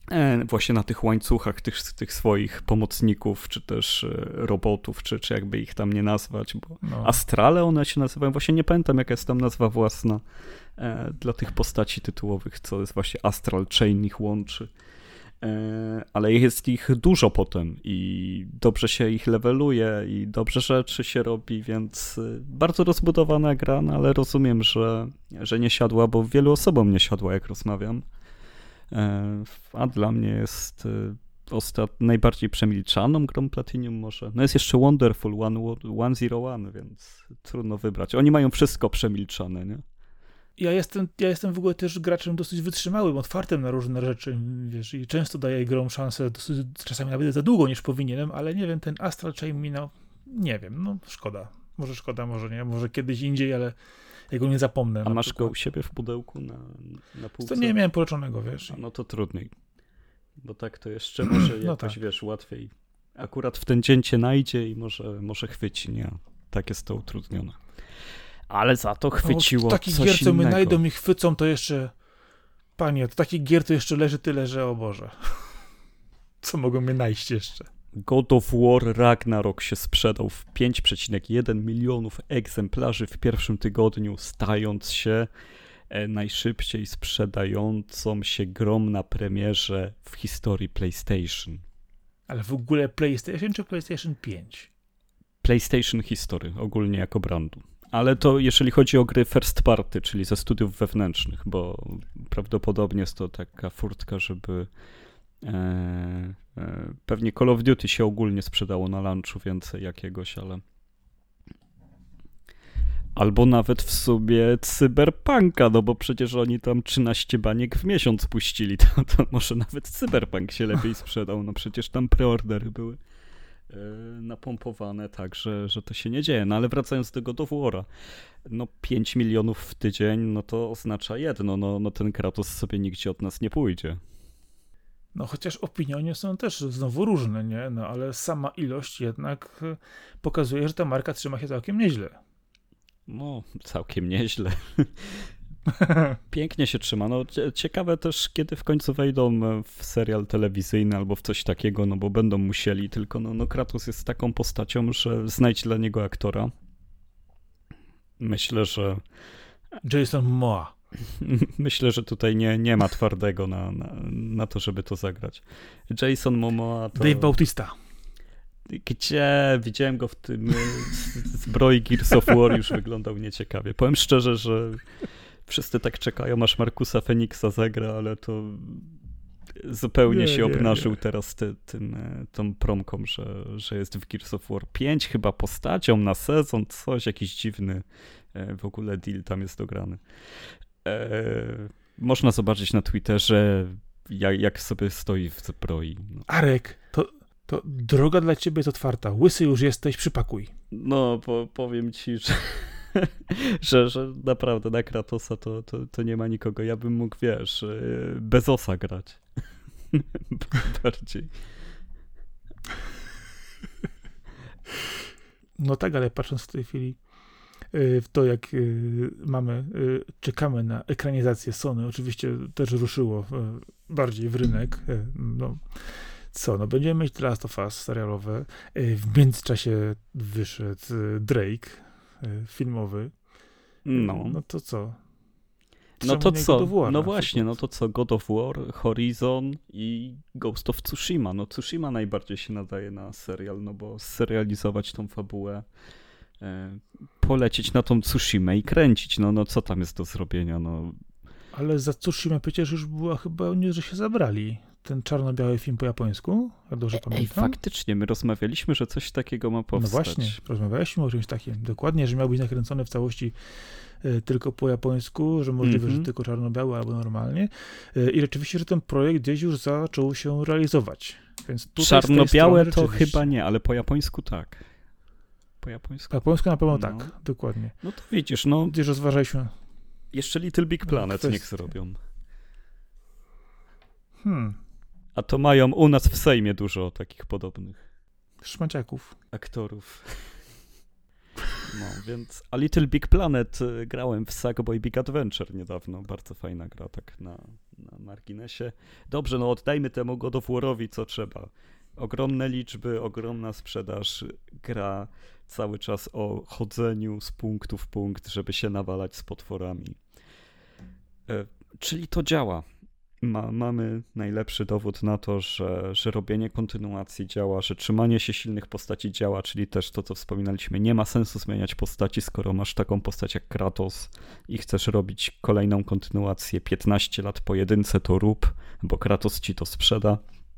e, właśnie na tych łańcuchach tych, tych swoich pomocników, czy też e, robotów, czy, czy jakby ich tam nie nazwać, bo No. astrale one się nazywają, właśnie nie pamiętam jaka jest tam nazwa własna e, dla tych postaci tytułowych, co jest właśnie Astral Chain ich łączy. Ale jest ich dużo potem i dobrze się ich leveluje i dobrze rzeczy się robi, więc bardzo rozbudowana gra, no ale rozumiem, że, że nie siadła, bo wielu osobom nie siadła, jak rozmawiam. A dla mnie jest ostat... najbardziej przemilczaną grą Platinum może. No jest jeszcze Wonderful sto jeden, więc trudno wybrać. Oni mają wszystko przemilczane, nie? Ja jestem, ja jestem w ogóle też graczem dosyć wytrzymałym, otwartym na różne rzeczy, wiesz, i często daję grom szansę, dosyć, czasami nawet za długo niż powinienem, ale nie wiem, ten Astral Chain mi, no, nie wiem, no szkoda. Może szkoda, może nie, może kiedyś indziej, ale ja go nie zapomnę. A masz przykład. go u siebie w pudełku na, na półce? To nie miałem poleczonego, wiesz. A no to trudniej, bo tak to jeszcze może jakoś, no tak. wiesz, łatwiej. Akurat w ten dzień cię najdzie i może, może chwyci, nie? Tak jest to utrudnione. Ale za to chwyciło o, takich coś gier, co innego. mnie najdą i chwycą, to jeszcze... Panie, to takich gier to jeszcze leży tyle, że o Boże. Co mogą mnie najść jeszcze? God of War Ragnarok się sprzedał w pięć przecinek jeden milionów egzemplarzy w pierwszym tygodniu, stając się najszybciej sprzedającą się grą na premierze w historii PlayStation. Ale w ogóle PlayStation czy PlayStation pięć? PlayStation History, ogólnie jako brandu. Ale to jeżeli chodzi o gry first party, czyli ze studiów wewnętrznych, bo prawdopodobnie jest to taka furtka, żeby e, e, pewnie Call of Duty się ogólnie sprzedało na launchu więcej jakiegoś, ale albo nawet w sobie Cyberpunka, no bo przecież oni tam trzynaście baniek w miesiąc puścili, to, to może nawet Cyberpunk się lepiej sprzedał, no przecież tam preordery były napompowane tak, że, że to się nie dzieje. No ale wracając do God of War'a, no pięć milionów w tydzień, no to oznacza jedno, no, no ten Kratos sobie nigdzie od nas nie pójdzie. No chociaż opinie o nim są też znowu różne, nie? No ale sama ilość jednak pokazuje, że ta marka trzyma się całkiem nieźle. No, całkiem nieźle. Pięknie się trzyma. No, ciekawe też, kiedy w końcu wejdą w serial telewizyjny albo w coś takiego, no bo będą musieli, tylko no, no Kratos jest taką postacią, że znajdź dla niego aktora. Myślę, że... Jason Momoa. Myślę, że tutaj nie, nie ma twardego na, na, na to, żeby to zagrać. Jason Momoa to... Dave Bautista. Gdzie? Widziałem go w tym zbroi Gears of War, już wyglądał nieciekawie. Powiem szczerze, że wszyscy tak czekają, aż Markusa Feniksa zagra, ale to zupełnie nie, się nie, obnażył nie. teraz ty, tym, tą promką, że, że jest w Gears of War pięć chyba postacią na sezon, coś, jakiś dziwny w ogóle deal tam jest dograny. E, można zobaczyć na Twitterze, jak, jak sobie stoi w zbroi. No. Arek, to, to droga dla ciebie jest otwarta. Łysy już jesteś, przypakuj. No, po, powiem ci, że, że, że naprawdę na Kratosa to, to, to nie ma nikogo. Ja bym mógł, wiesz, bez osa grać. Bardziej. No tak, ale patrząc w tej chwili w to, jak mamy, czekamy na ekranizację Sony, oczywiście też ruszyło bardziej w rynek. No, co, no będziemy mieć The Last of Us serialowe. W międzyczasie wyszedł Drake filmowy. No. No to co? No to co? War, no właśnie, no to co? God of War, Horizon i Ghost of Tsushima. No Tsushima najbardziej się nadaje na serial, no bo serializować tą fabułę, e, polecieć na tą Tsushimę i kręcić. No, no co tam jest do zrobienia? No. Ale za Tsushima przecież już była chyba nie, że się zabrali. Ten czarno-biały film po japońsku, jak dobrze pamiętam. Ej, faktycznie, my rozmawialiśmy, że coś takiego ma powstać. No właśnie, rozmawialiśmy o czymś takim. Dokładnie, że miał być nakręcony w całości y, tylko po japońsku, że możliwe, mm-hmm. że tylko czarno-biały albo normalnie. Y, I rzeczywiście, że ten projekt gdzieś już zaczął się realizować. Więc tutaj czarno-białe to chyba nie, ale po japońsku tak. Po japońsku. Po japońsku na pewno no. tak, dokładnie. No to widzisz, no. Gdzieś rozważaliśmy. Jeszcze Little Big Planet no, niech zrobią. Hmm. A to mają u nas w Sejmie dużo takich podobnych Szmaciaków. aktorów. No, więc A Little Big Planet y, grałem w Sackboy Big Adventure niedawno. Bardzo fajna gra, tak na, na marginesie. Dobrze, no oddajmy temu God of Warowi co trzeba. Ogromne liczby, ogromna sprzedaż, gra cały czas o chodzeniu z punktu w punkt, żeby się nawalać z potworami. E, czyli to działa. Ma, mamy najlepszy dowód na to, że, że robienie kontynuacji działa, że trzymanie się silnych postaci działa, czyli też to, co wspominaliśmy, nie ma sensu zmieniać postaci, skoro masz taką postać jak Kratos i chcesz robić kolejną kontynuację piętnaście lat po jedynce, to rób, bo Kratos ci to sprzeda.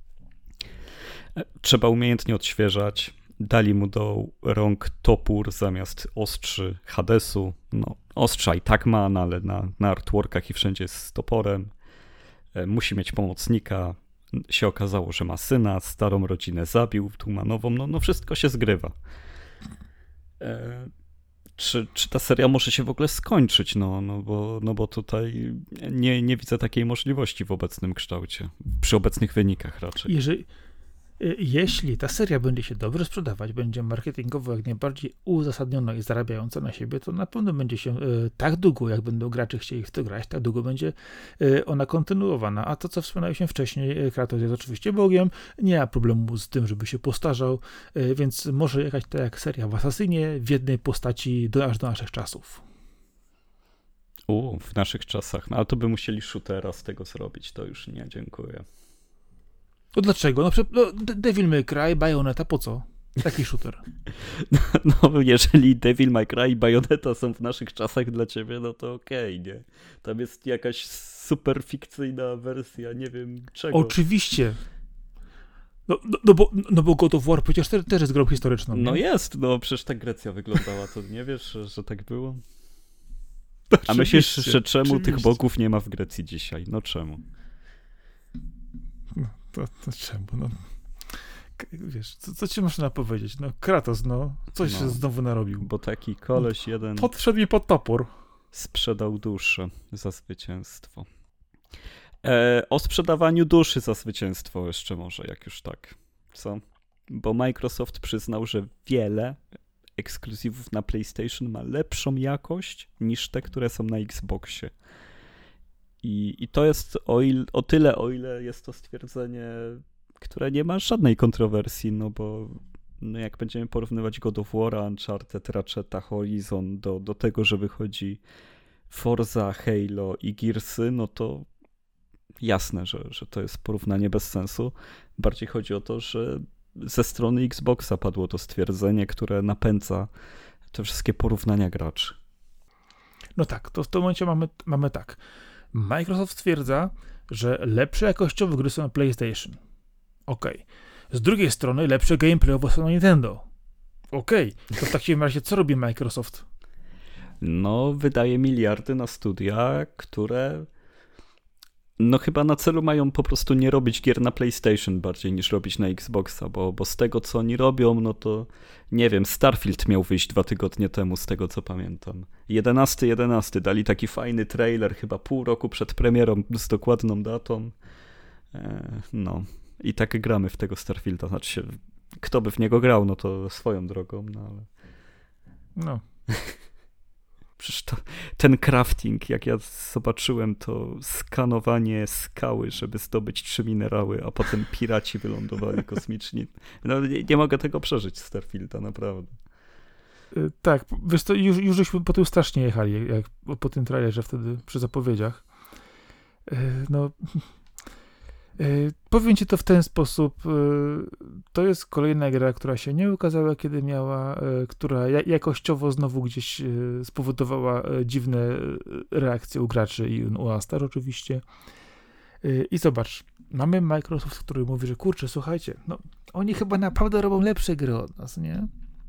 Trzeba umiejętnie odświeżać. Dali mu do rąk topór zamiast ostrzy Hadesu. No, ostrza i tak ma, no, ale na, na artworkach i wszędzie jest z toporem. Musi mieć pomocnika. Się okazało, że ma syna, starą rodzinę zabił, tu ma nową. No, no wszystko się zgrywa. E, czy, czy ta seria może się w ogóle skończyć? No, no, bo, no bo tutaj nie, nie widzę takiej możliwości w obecnym kształcie. Przy obecnych wynikach raczej. Jeżeli... Jeśli ta seria będzie się dobrze sprzedawać, będzie marketingowo jak najbardziej uzasadniona i zarabiająca na siebie, to na pewno będzie się y, tak długo, jak będą gracze chcieli w to grać, tak długo będzie y, ona kontynuowana. A to, co wspomniałem wcześniej, y, Kratos jest oczywiście Bogiem, nie ma problemu z tym, żeby się postarzał, y, więc może jakaś tak jak seria w Assassinie w jednej postaci do, aż do naszych czasów. U, w naszych czasach. No ale to by musieli shootera z tego zrobić, to już nie, dziękuję. No dlaczego? No, no Devil May Cry, Bayonetta, po co? Taki shooter. No, jeżeli Devil May Cry i Bayonetta są w naszych czasach dla ciebie, no to okej, okay, nie? Tam jest jakaś super fikcyjna wersja, nie wiem czego. Oczywiście. No, no, no, bo, no bo God of War przecież te, też jest grą historyczną. Nie? No jest, no przecież tak Grecja wyglądała, to nie wiesz, że, że tak było? A myślisz, że czemu oczywiście. Tych bogów nie ma w Grecji dzisiaj? No czemu? No, to, to czemu? No, wiesz, co, co ci można powiedzieć? No, Kratos, no, coś no, się znowu narobił. Bo taki koleś no, jeden... Podszedł mi pod topór. Sprzedał duszę za zwycięstwo. E, o sprzedawaniu duszy za zwycięstwo jeszcze może, jak już tak. Co? Bo Microsoft przyznał, że wiele ekskluzywów na PlayStation ma lepszą jakość niż te, które są na Xboxie. I, i to jest o, il, o tyle, o ile jest to stwierdzenie, które nie ma żadnej kontrowersji, no bo no jak będziemy porównywać God of War, Uncharted, Ratcheta, Horizon do, do tego, że wychodzi Forza, Halo i Gearsy, no to jasne, że, że to jest porównanie bez sensu. Bardziej chodzi o to, że ze strony Xboxa padło to stwierdzenie, które napędza te wszystkie porównania graczy. No tak, to w tym momencie mamy, mamy tak. Microsoft stwierdza, że lepsze jakościowo gry są na PlayStation. Okej. Okay. Z drugiej strony lepsze gameplayowo są na Nintendo. Okej. Okay. To w takim razie co robi Microsoft? No, wydaje miliardy na studia, które no chyba na celu mają po prostu nie robić gier na PlayStation bardziej niż robić na Xboxa, bo, bo z tego, co oni robią, no to nie wiem, Starfield miał wyjść dwa tygodnie temu, z tego, co pamiętam. jedenasty jedenasty dali taki fajny trailer, chyba pół roku przed premierą z dokładną datą. E, no i tak gramy w tego Starfielda. Znaczy się, kto by w niego grał, no to swoją drogą, no ale... No. Przecież to, ten crafting, jak ja zobaczyłem, to skanowanie skały, żeby zdobyć trzy minerały, a potem piraci wylądowali kosmiczni. No nie, nie mogę tego przeżyć z Starfielda, naprawdę. Yy, tak, wiesz to już, już żeśmy po tym strasznie jechali, jak po tym trailerze wtedy, przy zapowiedziach. Yy, no... Yy, powiem ci to w ten sposób, yy, to jest kolejna gra, która się nie ukazała, kiedy miała, yy, która ja, jakościowo znowu gdzieś yy, spowodowała yy, dziwne yy, reakcje u graczy i u nas też oczywiście. Yy, I zobacz, mamy Microsoft, który mówi, że kurczę, słuchajcie, no oni chyba naprawdę robią lepsze gry od nas, nie?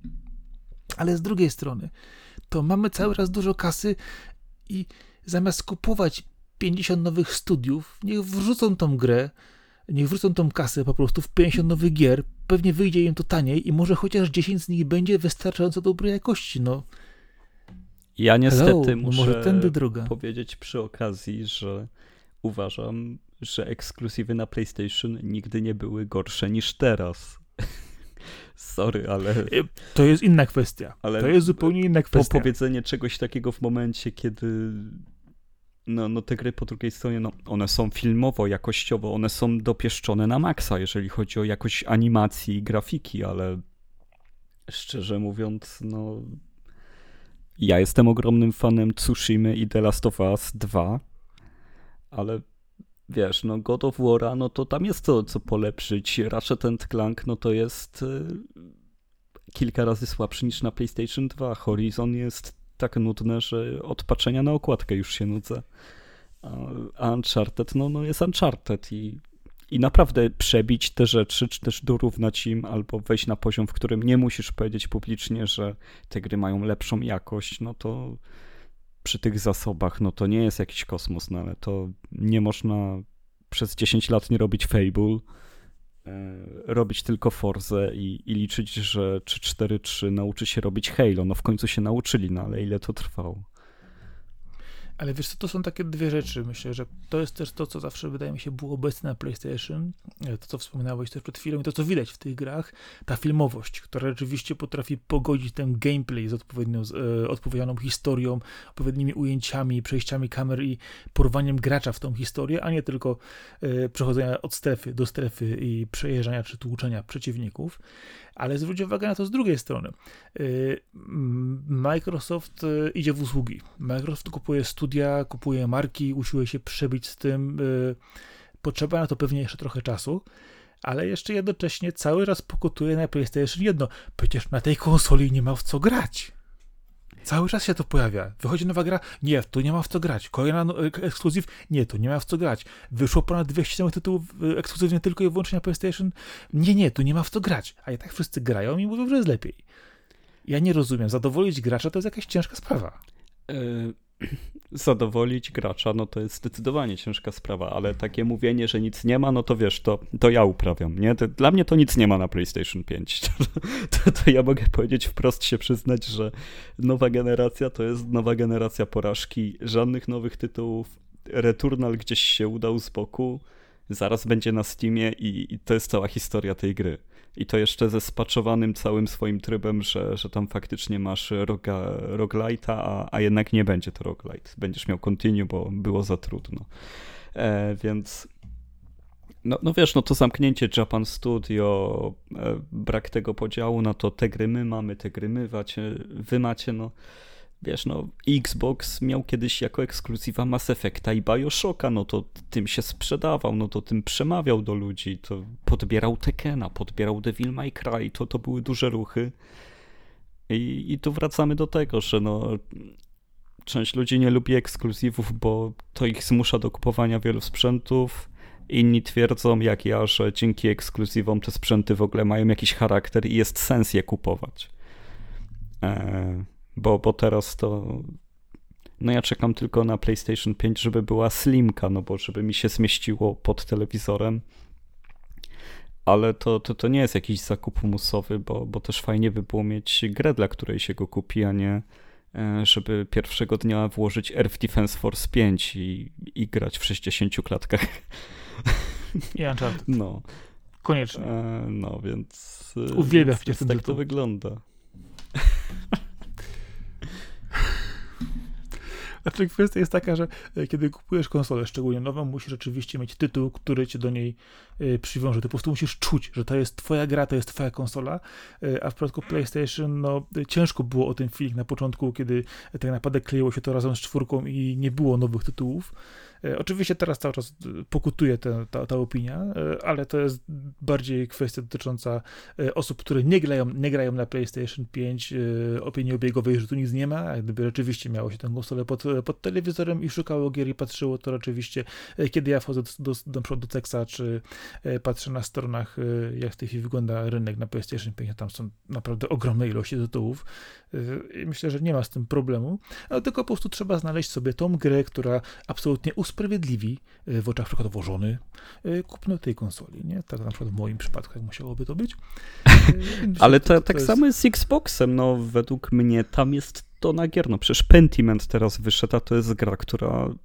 Ale z drugiej strony, to mamy cały raz dużo kasy i zamiast kupować pięćdziesiąt nowych studiów, niech wrzucą tą grę, niech wrzucą tą kasę po prostu w pięćdziesiąt nowych gier, pewnie wyjdzie im to taniej i może chociaż dziesięć z nich będzie wystarczająco dobrej jakości, no. Ja niestety Hello, muszę może tędy droga. powiedzieć przy okazji, że uważam, że ekskluzywy na PlayStation nigdy nie były gorsze niż teraz. Sorry, ale... To jest inna kwestia. Ale to jest zupełnie inna kwestia. Po powiedzenie czegoś takiego w momencie, kiedy no, no te gry po drugiej stronie, no one są filmowo, jakościowo, one są dopieszczone na maksa, jeżeli chodzi o jakość animacji i grafiki, ale szczerze mówiąc, no ja jestem ogromnym fanem Tsushimy i The Last of Us dwa, ale wiesz, no God of War, no to tam jest to, co polepszyć. Ratchet and Clank, no to jest y, kilka razy słabszy niż na PlayStation dwa. Horizon jest tak nudne, że od patrzenia na okładkę już się nudzę. A Uncharted, no, no jest Uncharted i, i naprawdę przebić te rzeczy, czy też dorównać im, albo wejść na poziom, w którym nie musisz powiedzieć publicznie, że te gry mają lepszą jakość, no to przy tych zasobach, no to nie jest jakiś kosmos, no ale to nie można przez dziesięć lat nie robić Fable, e, robić tylko Forzę i, i liczyć, że trzy cztery trzy nauczy się robić Halo. No w końcu się nauczyli, no ale ile to trwało? Ale wiesz co, to są takie dwie rzeczy. Myślę, że to jest też to, co zawsze wydaje mi się było obecne na PlayStation, to co wspominałeś też przed chwilą i to co widać w tych grach, ta filmowość, która rzeczywiście potrafi pogodzić ten gameplay z odpowiednią, z, e, odpowiedzialną historią, odpowiednimi ujęciami, przejściami kamer i porwaniem gracza w tą historię, a nie tylko e, przechodzenia od strefy do strefy i przejeżdżania czy tłuczenia przeciwników. Ale zwróć uwagę na to z drugiej strony. Microsoft idzie w usługi. Microsoft kupuje studia, kupuje marki, usiłuje się przebić z tym. Potrzeba na to pewnie jeszcze trochę czasu, ale jeszcze jednocześnie cały raz pokutuje na PlayStation jedno. Przecież na tej konsoli nie ma w co grać. Cały czas się to pojawia. Wychodzi nowa gra, nie, tu nie ma w co grać. Kolejna no, ekskluzyw, nie, tu nie ma w co grać. Wyszło ponad dwieście tytułów ekskluzywnie tylko i wyłącznie na PlayStation, nie, nie, tu nie ma w co grać. A i tak wszyscy grają i mówią, że jest lepiej. Ja nie rozumiem, zadowolić gracza to jest jakaś ciężka sprawa. Yy, zadowolić gracza, no to jest zdecydowanie ciężka sprawa, ale takie mówienie, że nic nie ma, no to wiesz, to, to ja uprawiam, nie? To, dla mnie to nic nie ma na PlayStation pięć. To, to ja mogę powiedzieć wprost, się przyznać, że nowa generacja to jest nowa generacja porażki, żadnych nowych tytułów, Returnal gdzieś się udał z boku, zaraz będzie na Steamie i, i to jest cała historia tej gry. I to jeszcze ze spaczowanym całym swoim trybem, że, że tam faktycznie masz roga, roguelite'a, a, a jednak nie będzie to roguelite. Będziesz miał continue, bo było za trudno. E, więc no, no wiesz, no to zamknięcie Japan Studio, e, brak tego podziału na to te gry my mamy, te gry my macie, wy macie, no wiesz, no Xbox miał kiedyś jako ekskluzywa Mass Effecta i Bioshocka, no to tym się sprzedawał, no to tym przemawiał do ludzi, to podbierał Tekkena, podbierał Devil May Cry, to, to były duże ruchy. I, i tu wracamy do tego, że no część ludzi nie lubi ekskluzywów, bo to ich zmusza do kupowania wielu sprzętów. Inni twierdzą, jak ja, że dzięki ekskluzywom te sprzęty w ogóle mają jakiś charakter i jest sens je kupować. Eee... Bo, bo teraz to, no ja czekam tylko na PlayStation pięć, żeby była slimka, no bo żeby mi się zmieściło pod telewizorem, ale to, to, to nie jest jakiś zakup musowy, bo, bo też fajnie by było mieć grę, dla której się go kupi, a nie żeby pierwszego dnia włożyć Earth Defense Force pięć i, i grać w sześćdziesięciu klatkach. I Uncharted. No. Koniecznie. E, no, więc... Uwielbiam więc, więc tak to wygląda. Znaczy kwestia jest taka, że kiedy kupujesz konsolę, szczególnie nową, musisz rzeczywiście mieć tytuł, który cię do niej y, przywiąże. Ty po prostu musisz czuć, że to jest twoja gra, to jest twoja konsola, y, a w przypadku PlayStation, no ciężko było o ten feeling na początku, kiedy tak naprawdę kleiło się to razem z czwórką i nie było nowych tytułów. Y, oczywiście teraz cały czas pokutuje te, ta, ta opinia, y, ale to jest bardziej kwestia dotycząca y, osób, które nie grają, nie grają na PlayStation pięć, y, opinii obiegowej, że tu nic nie ma, a gdyby rzeczywiście miało się tę konsolę pod pod telewizorem i szukało gier i patrzyło, to rzeczywiście, kiedy ja wchodzę do, do, do, do Texa, czy patrzę na stronach, jak w tej chwili wygląda rynek na PlayStation pięć, tam są naprawdę ogromne ilości tytułów i myślę, że nie ma z tym problemu, ale tylko po prostu trzeba znaleźć sobie tą grę, która absolutnie usprawiedliwi w oczach przykładowo żony kupno tej konsoli, nie? Tak na przykład w moim przypadku, jak musiałoby to być. Myślę, ale to, to, to tak jest... samo jest z Xboxem, no według mnie tam jest to na gier, no przecież Pentiment teraz wyszedł, a to jest gra, która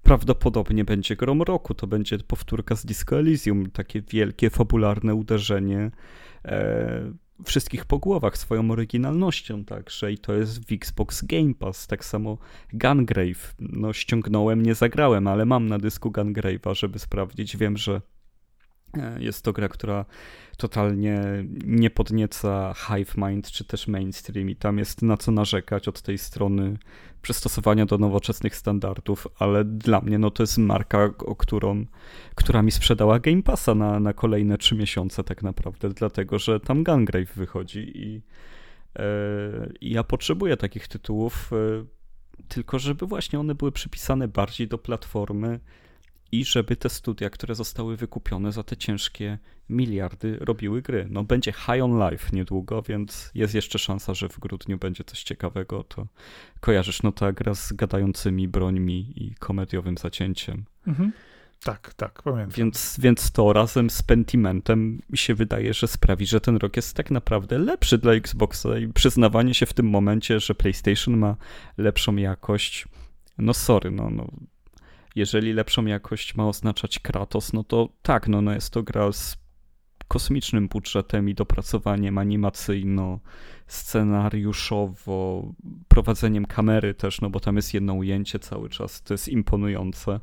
prawdopodobnie będzie grom roku. To będzie powtórka z Disco Elysium, takie wielkie, fabularne uderzenie e, wszystkich po głowach swoją oryginalnością także i to jest w Xbox Game Pass. Tak samo Gungrave. No ściągnąłem, nie zagrałem, ale mam na dysku Gungrave'a, żeby sprawdzić. Wiem, że jest to gra, która totalnie nie podnieca Hive Mind czy też mainstream i tam jest na co narzekać od tej strony przystosowania do nowoczesnych standardów, ale dla mnie no to jest marka, o którą, która mi sprzedała Game Passa na, na kolejne trzy miesiące tak naprawdę, dlatego że tam Gungrave wychodzi i, yy, i ja potrzebuję takich tytułów, yy, tylko żeby właśnie one były przypisane bardziej do platformy i żeby te studia, które zostały wykupione za te ciężkie miliardy, robiły gry. No będzie High on Life niedługo, więc jest jeszcze szansa, że w grudniu będzie coś ciekawego. To kojarzysz, no ta gra z gadającymi brońmi i komediowym zacięciem. Mhm. Tak, tak, pamiętam. Więc, więc to razem z Pentimentem mi się wydaje, że sprawi, że ten rok jest tak naprawdę lepszy dla Xboxa i przyznawanie się w tym momencie, że PlayStation ma lepszą jakość, no sorry, no, no jeżeli lepszą jakość ma oznaczać Kratos, no to tak, no, no jest to gra z kosmicznym budżetem i dopracowaniem animacyjno, scenariuszowo, prowadzeniem kamery też, no bo tam jest jedno ujęcie cały czas, to jest imponujące.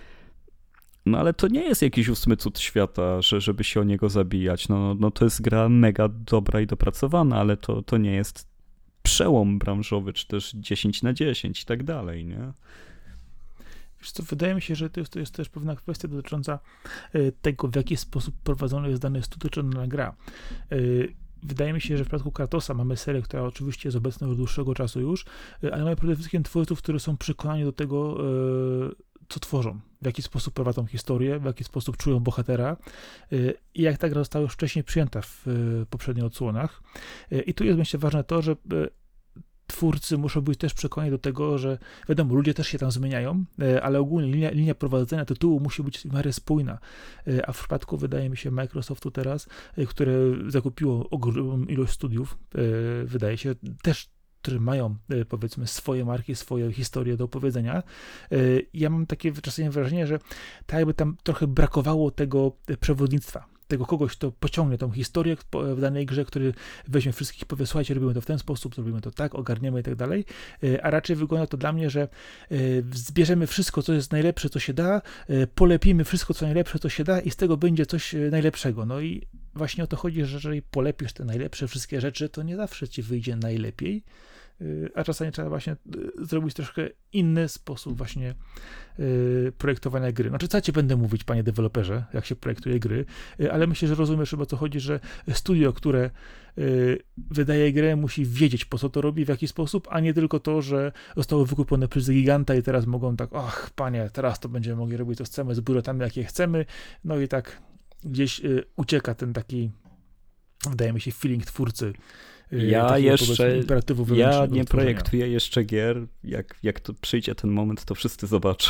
No ale to nie jest jakiś ósmy cud świata, że, żeby się o niego zabijać. No, no to jest gra mega dobra i dopracowana, ale to, to nie jest przełom branżowy, czy też dziesięć na dziesięć i tak dalej, nie? Wiesz co, wydaje mi się, że to jest, to jest też pewna kwestia dotycząca tego, w jaki sposób prowadzony jest dany studio czy dana gra. Wydaje mi się, że w przypadku Kratosa mamy serię, która oczywiście jest obecna od dłuższego czasu już, ale mamy przede wszystkim twórców, którzy są przekonani do tego, co tworzą, w jaki sposób prowadzą historię, w jaki sposób czują bohatera i jak ta gra została już wcześniej przyjęta w poprzednich odsłonach. I tu jest myślę ważne to, że twórcy muszą być też przekonani do tego, że wiadomo, ludzie też się tam zmieniają, ale ogólnie linia, linia prowadzenia tytułu musi być w miarę spójna. A w przypadku, wydaje mi się, Microsoftu teraz, które zakupiło ogromną ilość studiów, wydaje się, też które mają, powiedzmy, swoje marki, swoje historie do opowiedzenia. Ja mam takie czasem wrażenie, że tak jakby tam trochę brakowało tego przewodnictwa, tego kogoś, kto pociągnie tą historię w danej grze, który weźmie wszystkich, powie, słuchajcie, robimy to w ten sposób, zrobimy to tak, ogarniemy i tak dalej, a raczej wygląda to dla mnie, że zbierzemy wszystko, co jest najlepsze, co się da, polepimy wszystko, co najlepsze, co się da i z tego będzie coś najlepszego. No i właśnie o to chodzi, że jeżeli polepisz te najlepsze wszystkie rzeczy, to nie zawsze ci wyjdzie najlepiej, a czasami trzeba właśnie zrobić troszkę inny sposób właśnie projektowania gry. Znaczy, co ja ci będę mówić, panie deweloperze, jak się projektuje gry, ale myślę, że rozumiesz chyba, o co chodzi, że studio, które wydaje grę, musi wiedzieć, po co to robi, w jaki sposób, a nie tylko to, że zostało wykupione przez giganta i teraz mogą tak, ach, panie, teraz to będziemy mogli robić to chcemy, z budżetami, jakie chcemy, no i tak gdzieś ucieka ten taki, wydaje mi się, feeling twórcy. Ja jeszcze, ja nie projektuję jeszcze gier, jak, jak to przyjdzie ten moment, to wszyscy zobaczą.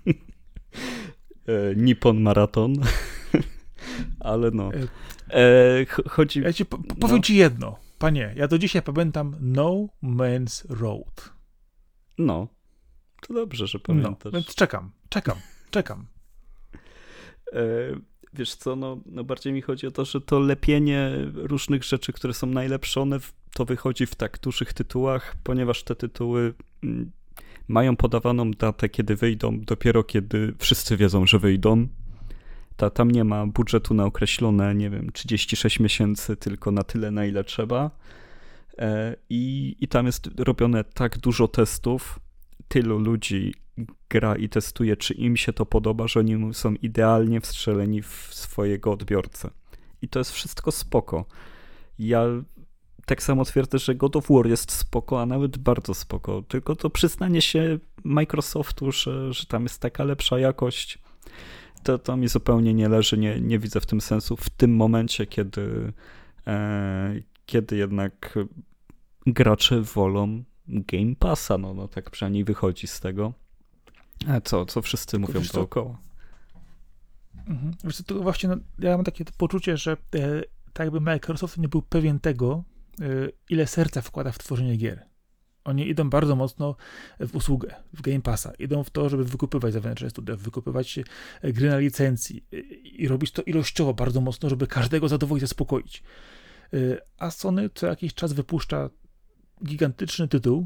Nippon Marathon, ale no. E, chodzi... Ja ci po, powiem no. ci jedno, panie, ja do dzisiaj pamiętam No Man's Road. No, to dobrze, że pamiętasz. No, więc czekam, czekam, czekam. E, Wiesz co, no, no bardziej mi chodzi o to, że to lepienie różnych rzeczy, które są najlepszone, to wychodzi w tak dużych tytułach, ponieważ te tytuły mają podawaną datę, kiedy wyjdą, dopiero kiedy wszyscy wiedzą, że wyjdą. Ta, tam nie ma budżetu na określone, nie wiem, trzydzieści sześć miesięcy, tylko na tyle, na ile trzeba. E, i, I tam jest robione tak dużo testów, tylu ludzi gra i testuje, czy im się to podoba, że oni są idealnie wstrzeleni w swojego odbiorcę. I to jest wszystko spoko. Ja tak samo twierdzę, że God of War jest spoko, a nawet bardzo spoko. Tylko to przyznanie się Microsoftu, że, że tam jest taka lepsza jakość, to, to mi zupełnie nie leży, nie, nie widzę w tym sensu. W tym momencie, kiedy, e, kiedy jednak gracze wolą Game Passa, no, no tak przynajmniej wychodzi z tego. A co, co wszyscy Tylko mówią dookoła. Mhm. Wiesz co, to właśnie no, ja mam takie poczucie, że e, tak jakby Microsoft nie był pewien tego, e, ile serca wkłada w tworzenie gier. Oni idą bardzo mocno w usługę, w Game Passa. Idą w to, żeby wykupywać zewnętrzne studia, wykupywać gry na licencji i robić to ilościowo bardzo mocno, żeby każdego zadowolić, zaspokoić. A Sony co jakiś czas wypuszcza gigantyczny tytuł,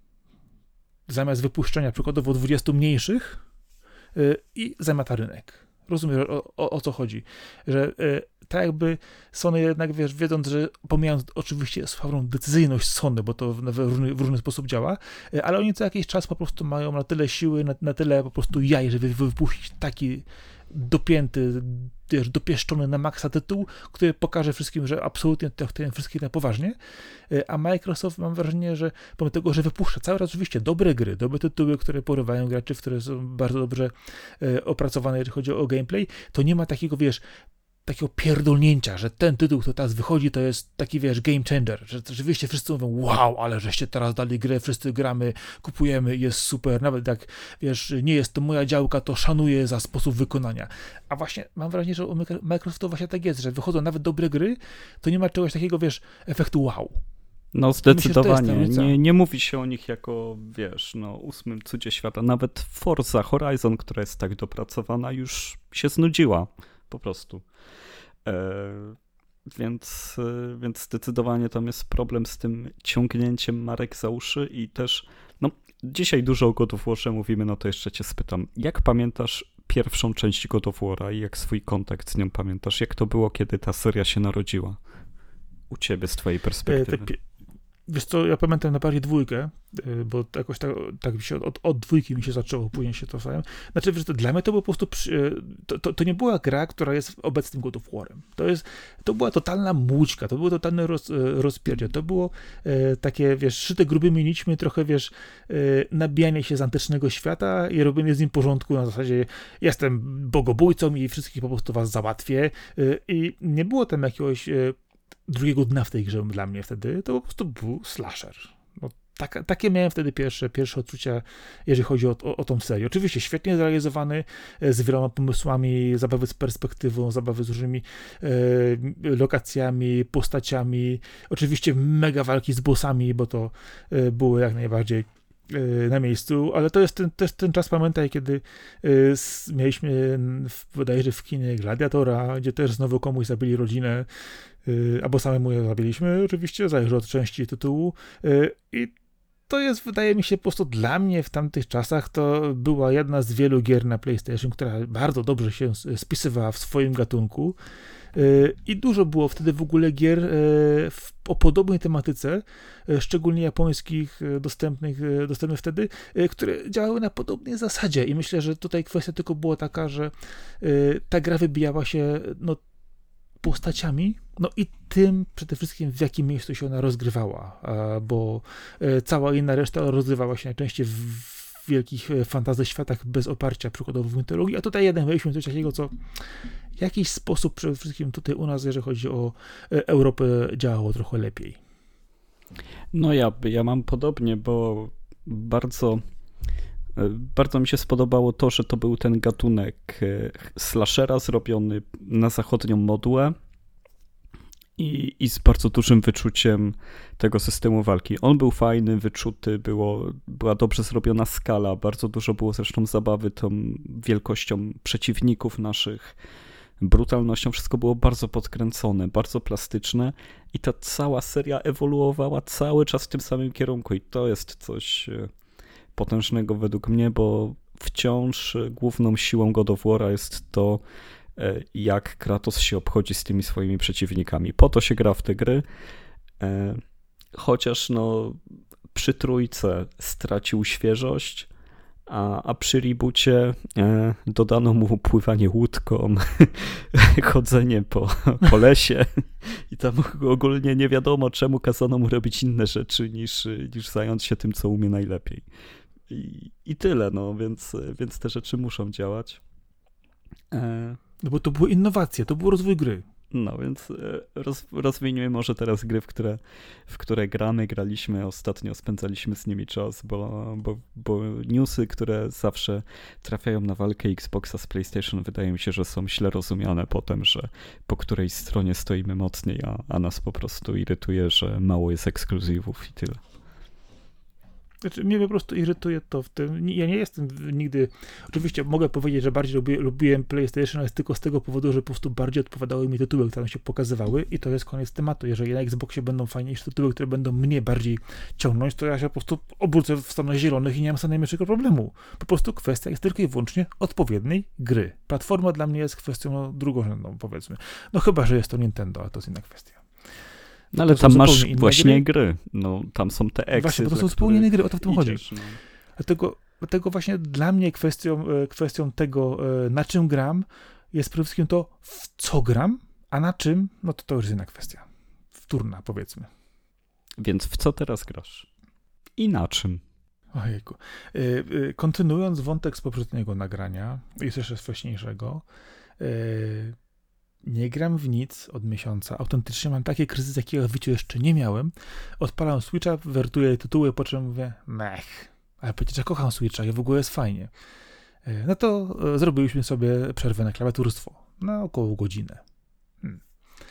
zamiast wypuszczenia przykładowo dwudziestu mniejszych i zamiata rynek. Rozumiem, o, o, o co chodzi. Że tak jakby Sony jednak, wiesz, wiedząc, że pomijając oczywiście słabą decyzyjność Sony, bo to w, w, różny, w różny sposób działa, ale oni co jakiś czas po prostu mają na tyle siły, na, na tyle po prostu jaj, żeby wypuścić taki dopięty, wiesz, dopieszczony na maksa tytuł, który pokaże wszystkim, że absolutnie traktuje wszystkich na poważnie, a Microsoft, mam wrażenie, że pomimo tego, że wypuszcza cały czas oczywiście dobre gry, dobre tytuły, które porywają graczy, które są bardzo dobrze e, opracowane, jeżeli chodzi o gameplay, to nie ma takiego, wiesz, takiego pierdolnięcia, że ten tytuł, który teraz wychodzi, to jest taki, wiesz, game changer, że rzeczywiście wszyscy mówią, wow, ale żeście teraz dali grę, wszyscy gramy, kupujemy, jest super, nawet jak, wiesz, nie jest to moja działka, to szanuję za sposób wykonania. A właśnie mam wrażenie, że u Microsoftu właśnie tak jest, że wychodzą nawet dobre gry, to nie ma czegoś takiego, wiesz, efektu wow. No zdecydowanie, myślę, nie, nie mówi się o nich jako, wiesz, no ósmym cudzie świata, nawet Forza Horizon, która jest tak dopracowana, już się znudziła, po prostu. E, więc, e, więc zdecydowanie tam jest problem z tym ciągnięciem marek za uszy i też, no dzisiaj dużo o God of Warze mówimy, no to jeszcze cię spytam, jak pamiętasz pierwszą część God of War'a i jak swój kontakt z nią pamiętasz? Jak to było, kiedy ta seria się narodziła? U ciebie, z twojej perspektywy. Te, wiesz co, ja pamiętam najbardziej dwójkę, bo jakoś tak, tak mi się od, od dwójki mi się zaczęło, później się to samym. Znaczy, wiesz, to dla mnie to było po prostu, to, to, to nie była gra, która jest obecnym God of War'em. To jest, to była totalna młódźka, to było totalne roz, rozpierdzie, to było e, takie, wiesz, szyte grubymi nićmi, trochę, wiesz, e, nabijanie się z antycznego świata i robienie z nim porządku na zasadzie, jestem bogobójcą i wszystkich po prostu was załatwię e, i nie było tam jakiegoś e, drugiego dna w tej grze dla mnie wtedy, to po prostu był slasher. No, tak, takie miałem wtedy pierwsze, pierwsze odczucia, jeżeli chodzi o, o, o tą serię. Oczywiście świetnie zrealizowany, z wieloma pomysłami, zabawy z perspektywą, zabawy z różnymi e, lokacjami, postaciami. Oczywiście mega walki z bossami, bo to e, było jak najbardziej na miejscu, ale to jest ten, też ten czas, pamiętaj, kiedy y, mieliśmy w, bodajże w kinie Gladiatora, gdzie też znowu komuś zabili rodzinę, y, albo samemu ją zabiliśmy, oczywiście, zależy od części tytułu y, i to jest, wydaje mi się, po prostu dla mnie w tamtych czasach to była jedna z wielu gier na PlayStation, która bardzo dobrze się spisywała w swoim gatunku. I dużo było wtedy w ogóle gier o podobnej tematyce, szczególnie japońskich, dostępnych, dostępnych wtedy, które działały na podobnej zasadzie. I myślę, że tutaj kwestia tylko była taka, że ta gra wybijała się no, postaciami, no i tym przede wszystkim, w jakim miejscu się ona rozgrywała, bo cała inna reszta rozgrywała się najczęściej w wielkich fantazji światach bez oparcia przykładowo w mitologii, a tutaj jednak mieliśmy coś takiego, co w jakiś sposób przede wszystkim tutaj u nas, jeżeli chodzi o Europę, działało trochę lepiej. No ja, ja mam podobnie, bo bardzo bardzo mi się spodobało to, że to był ten gatunek slashera zrobiony na zachodnią modłę i, i z bardzo dużym wyczuciem tego systemu walki. On był fajny, wyczuty, było, była dobrze zrobiona skala, bardzo dużo było zresztą zabawy tą wielkością przeciwników naszych, brutalnością, wszystko było bardzo podkręcone, bardzo plastyczne i ta cała seria ewoluowała cały czas w tym samym kierunku i to jest coś potężnego według mnie, bo wciąż główną siłą God of War'a jest to, jak Kratos się obchodzi z tymi swoimi przeciwnikami. Po to się gra w te gry, chociaż no przy trójce stracił świeżość, a, a przy reboocie e, dodano mu pływanie łódką, chodzenie po, po lesie i tam ogólnie nie wiadomo czemu kazano mu robić inne rzeczy niż, niż zająć się tym, co umie najlepiej. I, i tyle, no, więc, więc te rzeczy muszą działać. E... No bo to były innowacje, to był rozwój gry. No więc roz, rozwiniemy może teraz gry, w które, w które gramy, graliśmy, ostatnio spędzaliśmy z nimi czas, bo, bo, bo newsy, które zawsze trafiają na walkę Xboxa z PlayStation, wydaje mi się, że są źle rozumiane potem, że po której stronie stoimy mocniej, a, a nas po prostu irytuje, że mało jest ekskluzywów i tyle. Znaczy, mnie po prostu irytuje to w tym. Ja nie jestem nigdy. Oczywiście mogę powiedzieć, że bardziej lubię, lubiłem PlayStation, ale tylko z tego powodu, że po prostu bardziej odpowiadały mi tytuły, które tam się pokazywały, i to jest koniec tematu. Jeżeli na Xboxie będą fajniejsze tytuły, które będą mnie bardziej ciągnąć, to ja się po prostu obrócę w stronę zielonych i nie mam z tym najmniejszego problemu. Po prostu kwestia jest tylko i wyłącznie odpowiedniej gry. Platforma dla mnie jest kwestią no, drugorzędną, powiedzmy. No chyba, że jest to Nintendo, a to jest inna kwestia. No ale to tam masz właśnie gry. gry. No tam są te eksy. Właśnie, to są zupełnie inne gry, o to w tym chodzi. No. Dlatego, dlatego właśnie dla mnie kwestią, kwestią tego, na czym gram, jest przede wszystkim to, w co gram, a na czym, no to to już jest inna kwestia. Wtórna, powiedzmy. Więc w co teraz grasz? I na czym? Ojejku. Kontynuując wątek z poprzedniego nagrania, jest jeszcze z wcześniejszego, nie gram w nic od miesiąca. Autentycznie mam takie kryzys, jakiego w życiu jeszcze nie miałem. Odpalam Switcha, wertuję tytuły, po czym mówię, mech. Ale przecież ja kocham Switcha i w ogóle jest fajnie. No to zrobiliśmy sobie przerwę na klawiaturstwo. Na około godzinę. Hmm.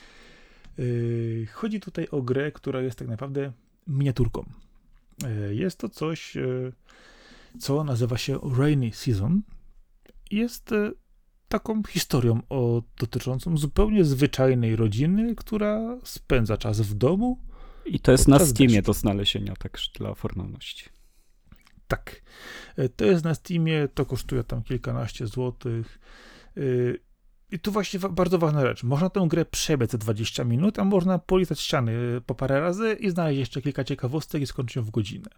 Chodzi tutaj o grę, która jest tak naprawdę miniaturką. Jest to coś, co nazywa się Rainy Season. Jest taką historią o, dotyczącą zupełnie zwyczajnej rodziny, która spędza czas w domu. I to jest na Steamie deszczu. Do znalezienia, tak dla formalności. Tak. To jest na Steamie, to kosztuje tam kilkanaście złotych. I tu właśnie bardzo ważna rzecz. Można tę grę przebiec za dwadzieścia minut, a można polizać ściany po parę razy i znaleźć jeszcze kilka ciekawostek i skończyć ją w godzinę.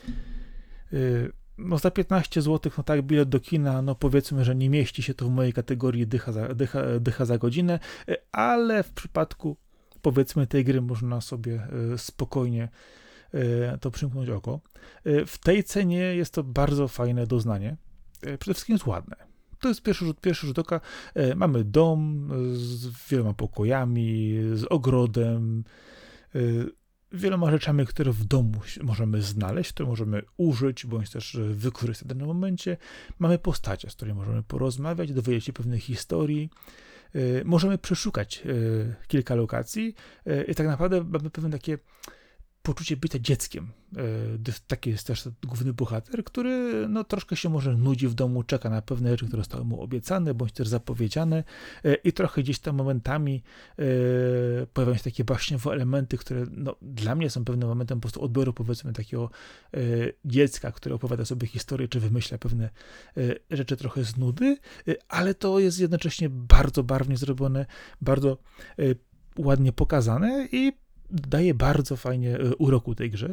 No za piętnaście złotych, no tak, bilet do kina, no powiedzmy, że nie mieści się to w mojej kategorii dycha za, dycha, dycha za godzinę, ale w przypadku, powiedzmy, tej gry można sobie spokojnie to przymknąć oko. W tej cenie jest to bardzo fajne doznanie. Przede wszystkim jest ładne. To jest pierwszy rzut, pierwszy rzut oka. Mamy dom z wieloma pokojami, z ogrodem, wieloma rzeczami, które w domu możemy znaleźć, które możemy użyć, bądź też wykorzystać w danym momencie. Mamy postacie, z którymi możemy porozmawiać, dowiedzieć się pewnych historii. Możemy przeszukać kilka lokacji i tak naprawdę mamy pewne takie poczucie bycia dzieckiem. Taki jest też główny bohater, który no, troszkę się może nudzi w domu, czeka na pewne rzeczy, które zostały mu obiecane, bądź też zapowiedziane i trochę gdzieś tam momentami pojawiają się takie baśniowe elementy, które no, dla mnie są pewnym momentem po prostu odbioru, powiedzmy, takiego dziecka, które opowiada sobie historię, czy wymyśla pewne rzeczy trochę z nudy, ale to jest jednocześnie bardzo barwnie zrobione, bardzo ładnie pokazane i daje bardzo fajnie uroku tej grze.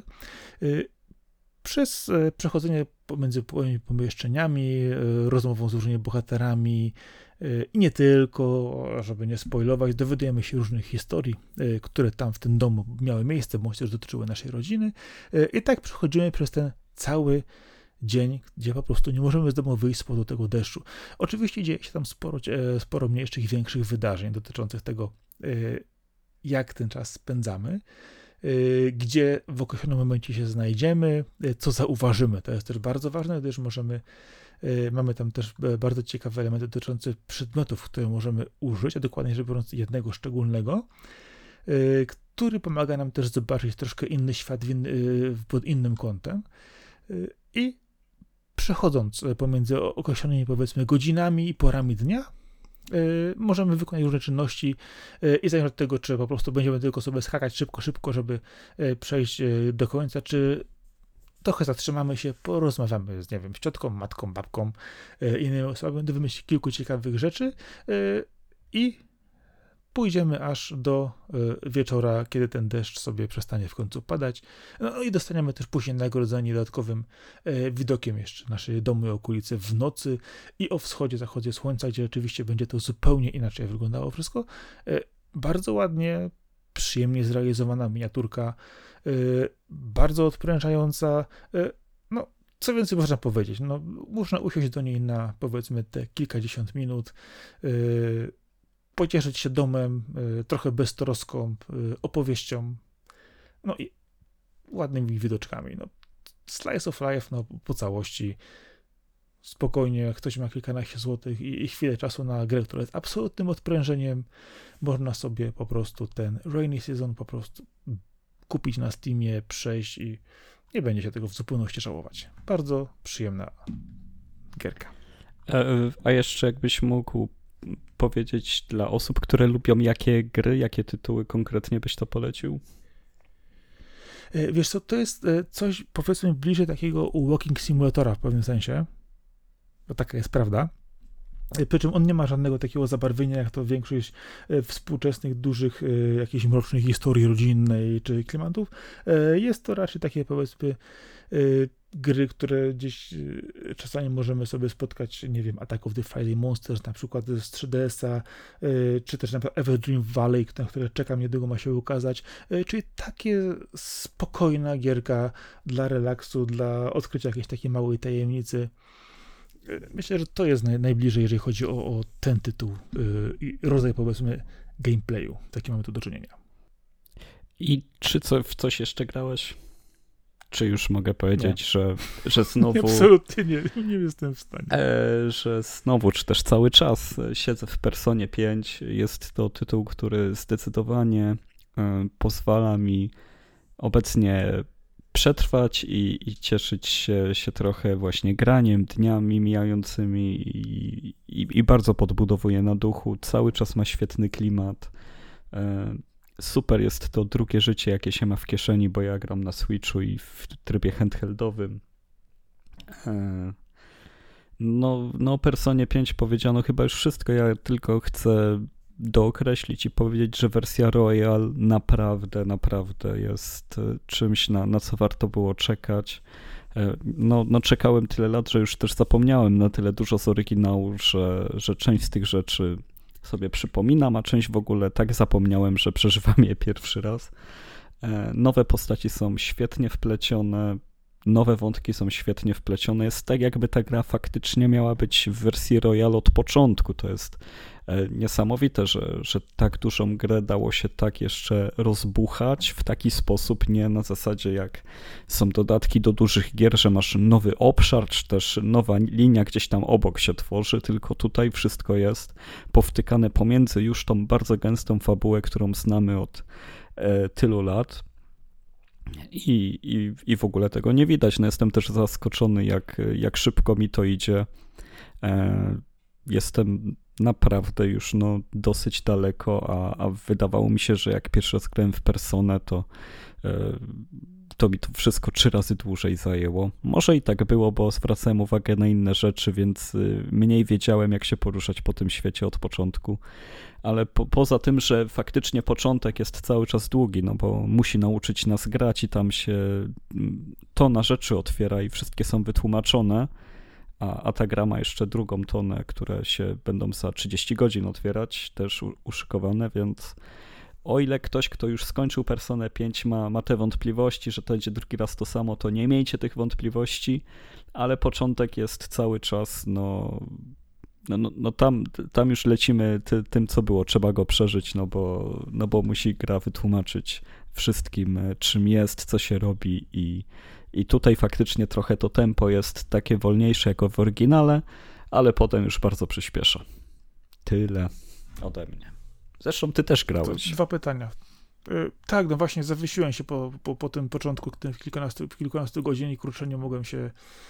Przez przechodzenie pomiędzy pomieszczeniami, rozmową z różnymi bohaterami i nie tylko, żeby nie spoilować, dowiadujemy się różnych historii, które tam w tym domu miały miejsce, bądź też dotyczyły naszej rodziny. I tak przechodzimy przez ten cały dzień, gdzie po prostu nie możemy z domu wyjść z powodu tego deszczu. Oczywiście dzieje się tam sporo, sporo mniejszych i większych wydarzeń dotyczących tego, jak ten czas spędzamy, gdzie w określonym momencie się znajdziemy, co zauważymy. To jest też bardzo ważne, gdyż możemy, mamy tam też bardzo ciekawe elementy dotyczące przedmiotów, które możemy użyć, a dokładnie rzecz biorąc jednego szczególnego, który pomaga nam też zobaczyć troszkę inny świat pod innym kątem. I przechodząc pomiędzy określonymi, powiedzmy, godzinami i porami dnia, możemy wykonać różne czynności i zależnie od tego, czy po prostu będziemy tylko sobie skakać szybko, szybko, żeby przejść do końca, czy trochę zatrzymamy się, porozmawiamy z, nie wiem, z ciotką, matką, babką, innymi osobami, do wymyślić kilku ciekawych rzeczy i pójdziemy aż do wieczora, kiedy ten deszcz sobie przestanie w końcu padać. No i dostaniemy też później nagrodzenie dodatkowym widokiem jeszcze naszej domu i okolicy w nocy i o wschodzie, zachodzie słońca, gdzie rzeczywiście będzie to zupełnie inaczej wyglądało wszystko. Bardzo ładnie, przyjemnie zrealizowana miniaturka, bardzo odprężająca. No, co więcej można powiedzieć? No, można usiąść do niej na, powiedzmy, te kilkadziesiąt minut, pocieszyć się domem, trochę beztroską, opowieścią, no i ładnymi widoczkami. No, slice of life, no, po całości. Spokojnie, jak ktoś ma kilkanaście złotych i, i chwilę czasu na grę, która jest absolutnym odprężeniem, można sobie po prostu ten Rainy Season po prostu kupić na Steamie, przejść i, nie będzie się tego w zupełności żałować. Bardzo przyjemna gierka. A, a jeszcze jakbyś mógł powiedzieć dla osób, które lubią, jakie gry, jakie tytuły konkretnie byś to polecił? Wiesz co, to jest coś, powiedzmy, bliżej takiego walking simulatora w pewnym sensie, bo taka jest prawda. Przy czym on nie ma żadnego takiego zabarwienia, jak to większość współczesnych, dużych, jakichś mrocznych historii rodzinnej czy klimatów. Jest to raczej takie, powiedzmy, gry, które gdzieś czasami możemy sobie spotkać, nie wiem, Attack of the Friday Monsters, na przykład z trzy D S a, czy też na przykład Everdream Valley, na które czekam, niedługo ma się ukazać. Czyli takie spokojna gierka dla relaksu, dla odkrycia jakiejś takiej małej tajemnicy. Myślę, że to jest naj, najbliżej, jeżeli chodzi o, o ten tytuł i yy, rodzaj, powiedzmy, gameplayu. Taki mamy tu do czynienia. I czy co, w coś jeszcze grałeś? Czy już mogę powiedzieć, że, że znowu... Absolutnie nie, nie jestem w stanie. E, że znowu, czy też cały czas siedzę w Personie pięć. Jest to tytuł, który zdecydowanie e, pozwala mi obecnie przetrwać i, i cieszyć się, się trochę właśnie graniem, dniami mijającymi i, i, i bardzo podbudowuje na duchu. Cały czas ma świetny klimat. E, super jest to drugie życie, jakie się ma w kieszeni, bo ja gram na Switchu i w trybie handheldowym. E, no, no o Personie pięć powiedziano chyba już wszystko. Ja tylko chcę dookreślić i powiedzieć, że wersja Royal naprawdę, naprawdę jest czymś, na, na co warto było czekać. No, no czekałem tyle lat, że już też zapomniałem na tyle dużo z oryginału, że, że część z tych rzeczy sobie przypominam, a część w ogóle tak zapomniałem, że przeżywam je pierwszy raz. Nowe postaci są świetnie wplecione, nowe wątki są świetnie wplecione. Jest tak, jakby ta gra faktycznie miała być w wersji Royal od początku. To jest niesamowite, że, że tak dużą grę dało się tak jeszcze rozbuchać w taki sposób, nie na zasadzie jak są dodatki do dużych gier, że masz nowy obszar, czy też nowa linia gdzieś tam obok się tworzy, tylko tutaj wszystko jest powtykane pomiędzy już tą bardzo gęstą fabułę, którą znamy od e, tylu lat. I, i, I w ogóle tego nie widać. No jestem też zaskoczony, jak, jak szybko mi to idzie. E, jestem naprawdę już no, dosyć daleko, a, a wydawało mi się, że jak pierwszy raz grałem w Personę, to, e, to mi to wszystko trzy razy dłużej zajęło. Może i tak było, bo zwracałem uwagę na inne rzeczy, więc mniej wiedziałem, jak się poruszać po tym świecie od początku. Ale po, poza tym, że faktycznie początek jest cały czas długi, no bo musi nauczyć nas grać i tam się tona rzeczy otwiera i wszystkie są wytłumaczone, a, a ta gra ma jeszcze drugą tonę, które się będą za trzydzieści godzin otwierać, też u, uszykowane, więc o ile ktoś, kto już skończył Personę pięć ma, ma te wątpliwości, że to będzie drugi raz to samo, to nie miejcie tych wątpliwości, ale początek jest cały czas, no... No, no, no tam, tam już lecimy ty, tym, co było, trzeba go przeżyć, no bo, no bo musi gra wytłumaczyć wszystkim, czym jest, co się robi i, i tutaj faktycznie trochę to tempo jest takie wolniejsze jako w oryginale, ale potem już bardzo przyspiesza. Tyle ode mnie. Zresztą ty też grałeś. To dwa pytania. Yy, tak, no właśnie zawiesiłem się po, po, po tym początku, tym w kilkunastu, w kilkunastu godzin i kurczę, nie mogłem się...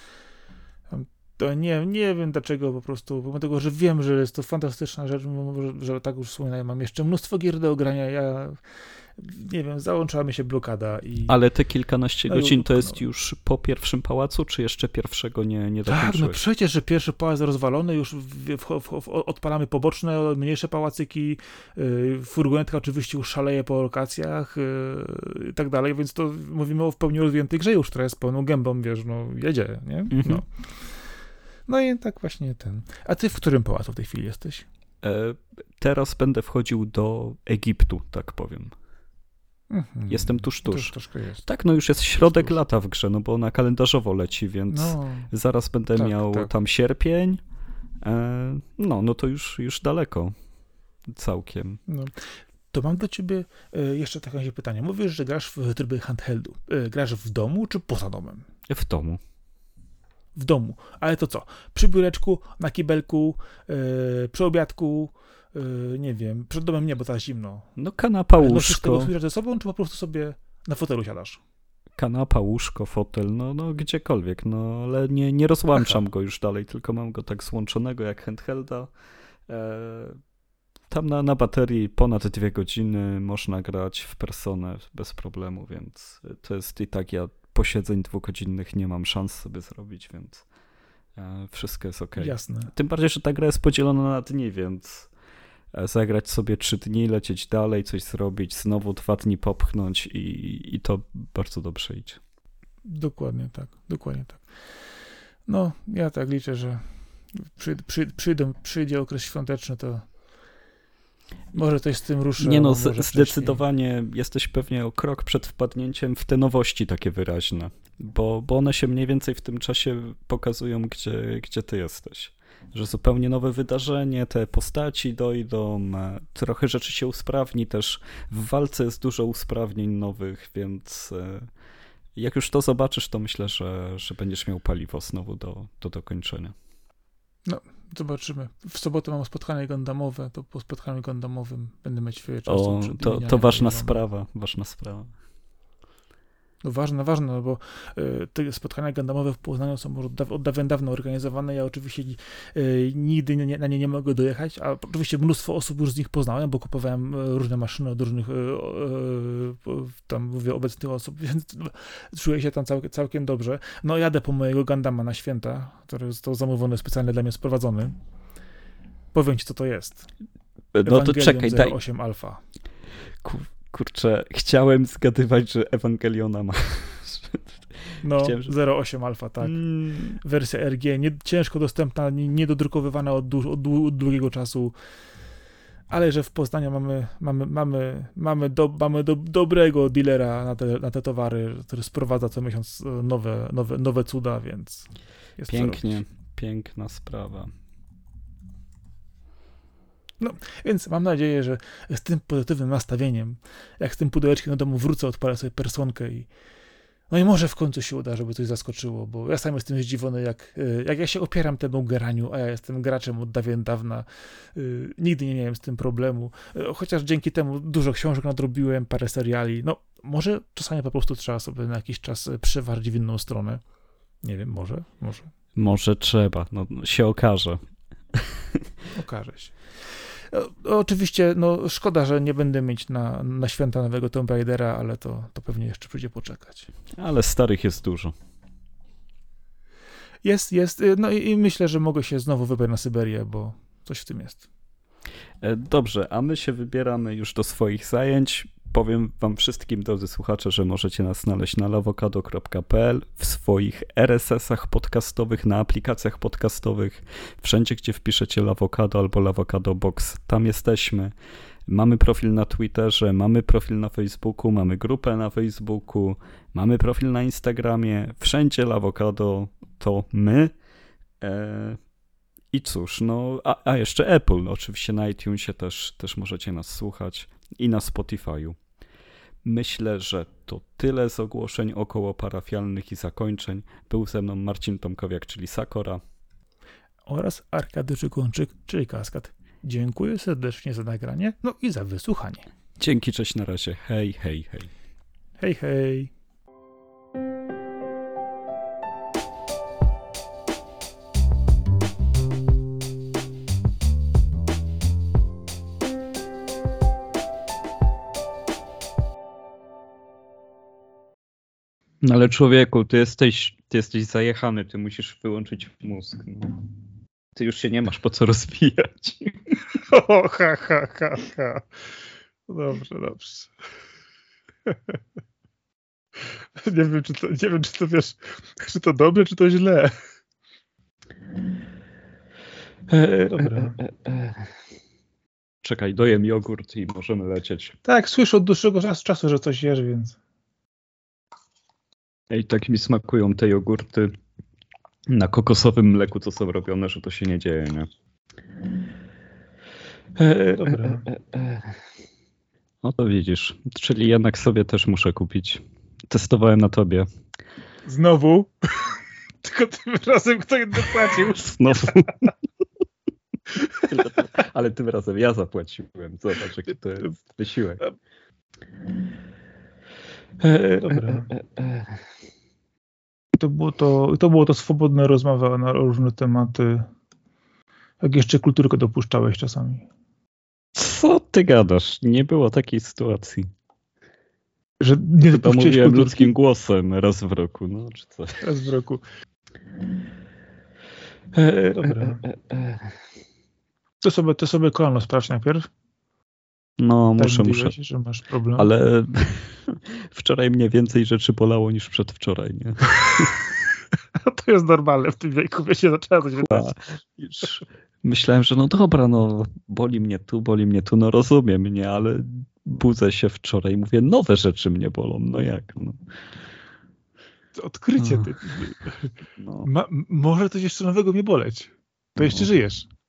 To nie, nie wiem dlaczego, po prostu, pomimo tego, że wiem, że jest to fantastyczna rzecz, że, że tak już wspominałem, mam jeszcze mnóstwo gier do ogrania, ja nie wiem, załączała mi się blokada i... Ale te kilkanaście godzin to jest no. już po pierwszym pałacu, czy jeszcze pierwszego nie, nie dokończyłeś? Tak, no przecież, że pierwszy pałac rozwalony, już w, w, w, w, odpalamy poboczne, mniejsze pałacyki, yy, furgonetka oczywiście już szaleje po lokacjach yy, i tak dalej, więc to mówimy o w pełni rozwiniętej grze już, która jest pełną gębą, wiesz, no jedzie, nie? Mhm. No. No i tak właśnie ten. A ty w którym pałacu w tej chwili jesteś? E, teraz będę wchodził do Egiptu, tak powiem. Mhm. Jestem tuż, tuż. Troszkę jest. Tak, no już jest środek tuż. lata w grze, no bo ona kalendarzowo leci, więc No, zaraz będę tak, miał tak. tam sierpień. E, no, no to już, już daleko. Całkiem. No. To mam do ciebie e, jeszcze takie pytanie. Mówisz, że grasz w trybie handheldu. E, grasz w domu czy poza domem? W domu. W domu. Ale to co? Przy biureczku, na kibelku, e, przy obiadku, e, nie wiem, przed domem nie, bo teraz zimno. No kanapa, Ale nosisz łóżko. tego ze sobą, czy po prostu sobie na fotelu siadasz? kanapa, łóżko, fotel, no, no gdziekolwiek, no ale nie, nie rozłączam Aha. go już dalej, tylko mam go tak złączonego jak handhelda. E, tam na, na baterii ponad dwie godziny można grać w Personę bez problemu, więc to jest i tak ja posiedzeń dwugodzinnych nie mam szans sobie zrobić, więc e, wszystko jest okej. Jasne. Tym bardziej, że ta gra jest podzielona na dni, więc zagrać sobie trzy dni, lecieć dalej, coś zrobić, znowu dwa dni popchnąć i, i to bardzo dobrze idzie. Dokładnie tak, dokładnie tak. No, ja tak liczę, że przy, przy, przyjdą, przyjdzie okres świąteczny, to może coś z tym ruszy. Nie no, z, zdecydowanie wcześniej. Jesteś pewnie o krok przed wpadnięciem w te nowości takie wyraźne, bo, bo one się mniej więcej w tym czasie pokazują, gdzie, gdzie ty jesteś. Że zupełnie nowe wydarzenie, te postaci dojdą, trochę rzeczy się usprawni też. W walce jest dużo usprawnień nowych, więc jak już to zobaczysz, to myślę, że, że będziesz miał paliwo znowu do, do dokończenia. No, zobaczymy. W sobotę mam spotkanie gandamowe, to po spotkaniu gandamowym będę mieć chwilę czasu. O, to, to ważna sprawa, ważna sprawa. No ważne, ważne, no bo y, te spotkania gandamowe w Poznaniu są od, da, od dawien dawna organizowane. Ja oczywiście y, nigdy nie, na nie nie mogę dojechać, a oczywiście mnóstwo osób już z nich poznałem, bo kupowałem różne maszyny od różnych y, y, y, tam mówię obecnych osób, więc czuję się tam całkiem, całkiem dobrze. No jadę po mojego Gundama na święta, który został zamówiony specjalnie dla mnie, sprowadzony. Powiem ci, co to jest. No to czekaj, daj. zero osiem Alpha. Kur... Kurczę, chciałem zgadywać, że Ewangeliona ma. No, Chciałem, że... zero osiem Alpha, tak. Mm. Wersja R G, nie, ciężko dostępna, niedodrukowywana od, dłu- od, dłu- od długiego czasu, ale że w Poznaniu mamy, mamy, mamy, mamy, do, mamy do, dobrego dealera na te, na te towary, który sprowadza co miesiąc nowe, nowe, nowe cuda, więc jest pięknie, piękna sprawa. No, więc mam nadzieję, że z tym pozytywnym nastawieniem, jak z tym pudełeczkiem do domu wrócę, odpalę sobie Personkę i no i może w końcu się uda, żeby coś zaskoczyło, bo ja sam jestem zdziwiony, jak, jak ja się opieram temu graniu, a ja jestem graczem od dawien dawna. Yy, nigdy nie miałem z tym problemu, yy, chociaż dzięki temu dużo książek nadrobiłem, parę seriali. No, może czasami po prostu trzeba sobie na jakiś czas przeważyć w inną stronę. Nie wiem, może, może. Może trzeba, no się okaże. Okaże się. O, oczywiście, no szkoda, że nie będę mieć na, na święta nowego Tomb Raidera, ale to, to pewnie jeszcze przyjdzie poczekać. Ale starych jest dużo. Jest, jest. No i, i myślę, że mogę się znowu wybrać na Syberię, bo coś w tym jest. Dobrze, a my się wybieramy już do swoich zajęć. Powiem wam wszystkim, drodzy słuchacze, że możecie nas znaleźć na lawokado kropka pe el, w swoich er es esach podcastowych, na aplikacjach podcastowych, wszędzie, gdzie wpiszecie Lawokado albo Lawokado Box, tam jesteśmy. Mamy profil na Twitterze, mamy profil na Facebooku, mamy grupę na Facebooku, mamy profil na Instagramie, wszędzie Lawokado to my. E- I cóż, no, a, a jeszcze Apple, no, oczywiście na iTunesie też, też możecie nas słuchać i na Spotify'u. Myślę, że to tyle z ogłoszeń około parafialnych i zakończeń. Był ze mną Marcin Tomkowiak, czyli Sakora. Oraz Arkady Czykończyk, czyli Kaskad. Dziękuję serdecznie za nagranie, no i za wysłuchanie. Dzięki, cześć, na razie. Hej, hej, hej. Hej, hej. No ale człowieku, ty jesteś, ty jesteś zajechany, ty musisz wyłączyć mózg. No. Ty już się nie masz po co rozwijać. O, ha, ha, ha, ha. Dobrze, dobrze. Nie wiem, czy to, nie wiem, czy to wiesz, czy to dobrze, czy to źle. Dobra. Czekaj, dojem jogurt i możemy lecieć. Tak, słyszę od dłuższego czasu, że coś jesz, więc... I tak mi smakują te jogurty na kokosowym mleku, co są robione, że to się nie dzieje, nie? Dobra. No to widzisz, czyli jednak sobie też muszę kupić. Testowałem na tobie. Znowu? Tylko tym razem kto inny płacił. Znowu. Ale tym razem ja zapłaciłem. Zobacz, jaki to jest wysiłek. E, dobra. To było to, to było to swobodne rozmowa na różne tematy. Jak jeszcze kulturkę dopuszczałeś czasami. Co ty gadasz? Nie było takiej sytuacji. Że nie Chyba dopuściłeś mówiłem kulturki ludzkim głosem raz w roku, no czy co? raz w roku. E, dobra. To sobie, to sobie kolano sprawdź najpierw. No, Tak muszę, muszę. mówiłeś, że masz problem. Ale wczoraj mnie więcej rzeczy bolało niż przedwczoraj, nie? To jest normalne w tym wieku, wiecie, zaczęła coś wydawać. Już myślałem, że no dobra, no boli mnie tu, boli mnie tu, no rozumiem, nie? Ale budzę się wczoraj i mówię, nowe rzeczy mnie bolą, no jak? No. Odkrycie ty. No. Ma, może coś jeszcze nowego mnie boleć. To jeszcze No. żyjesz.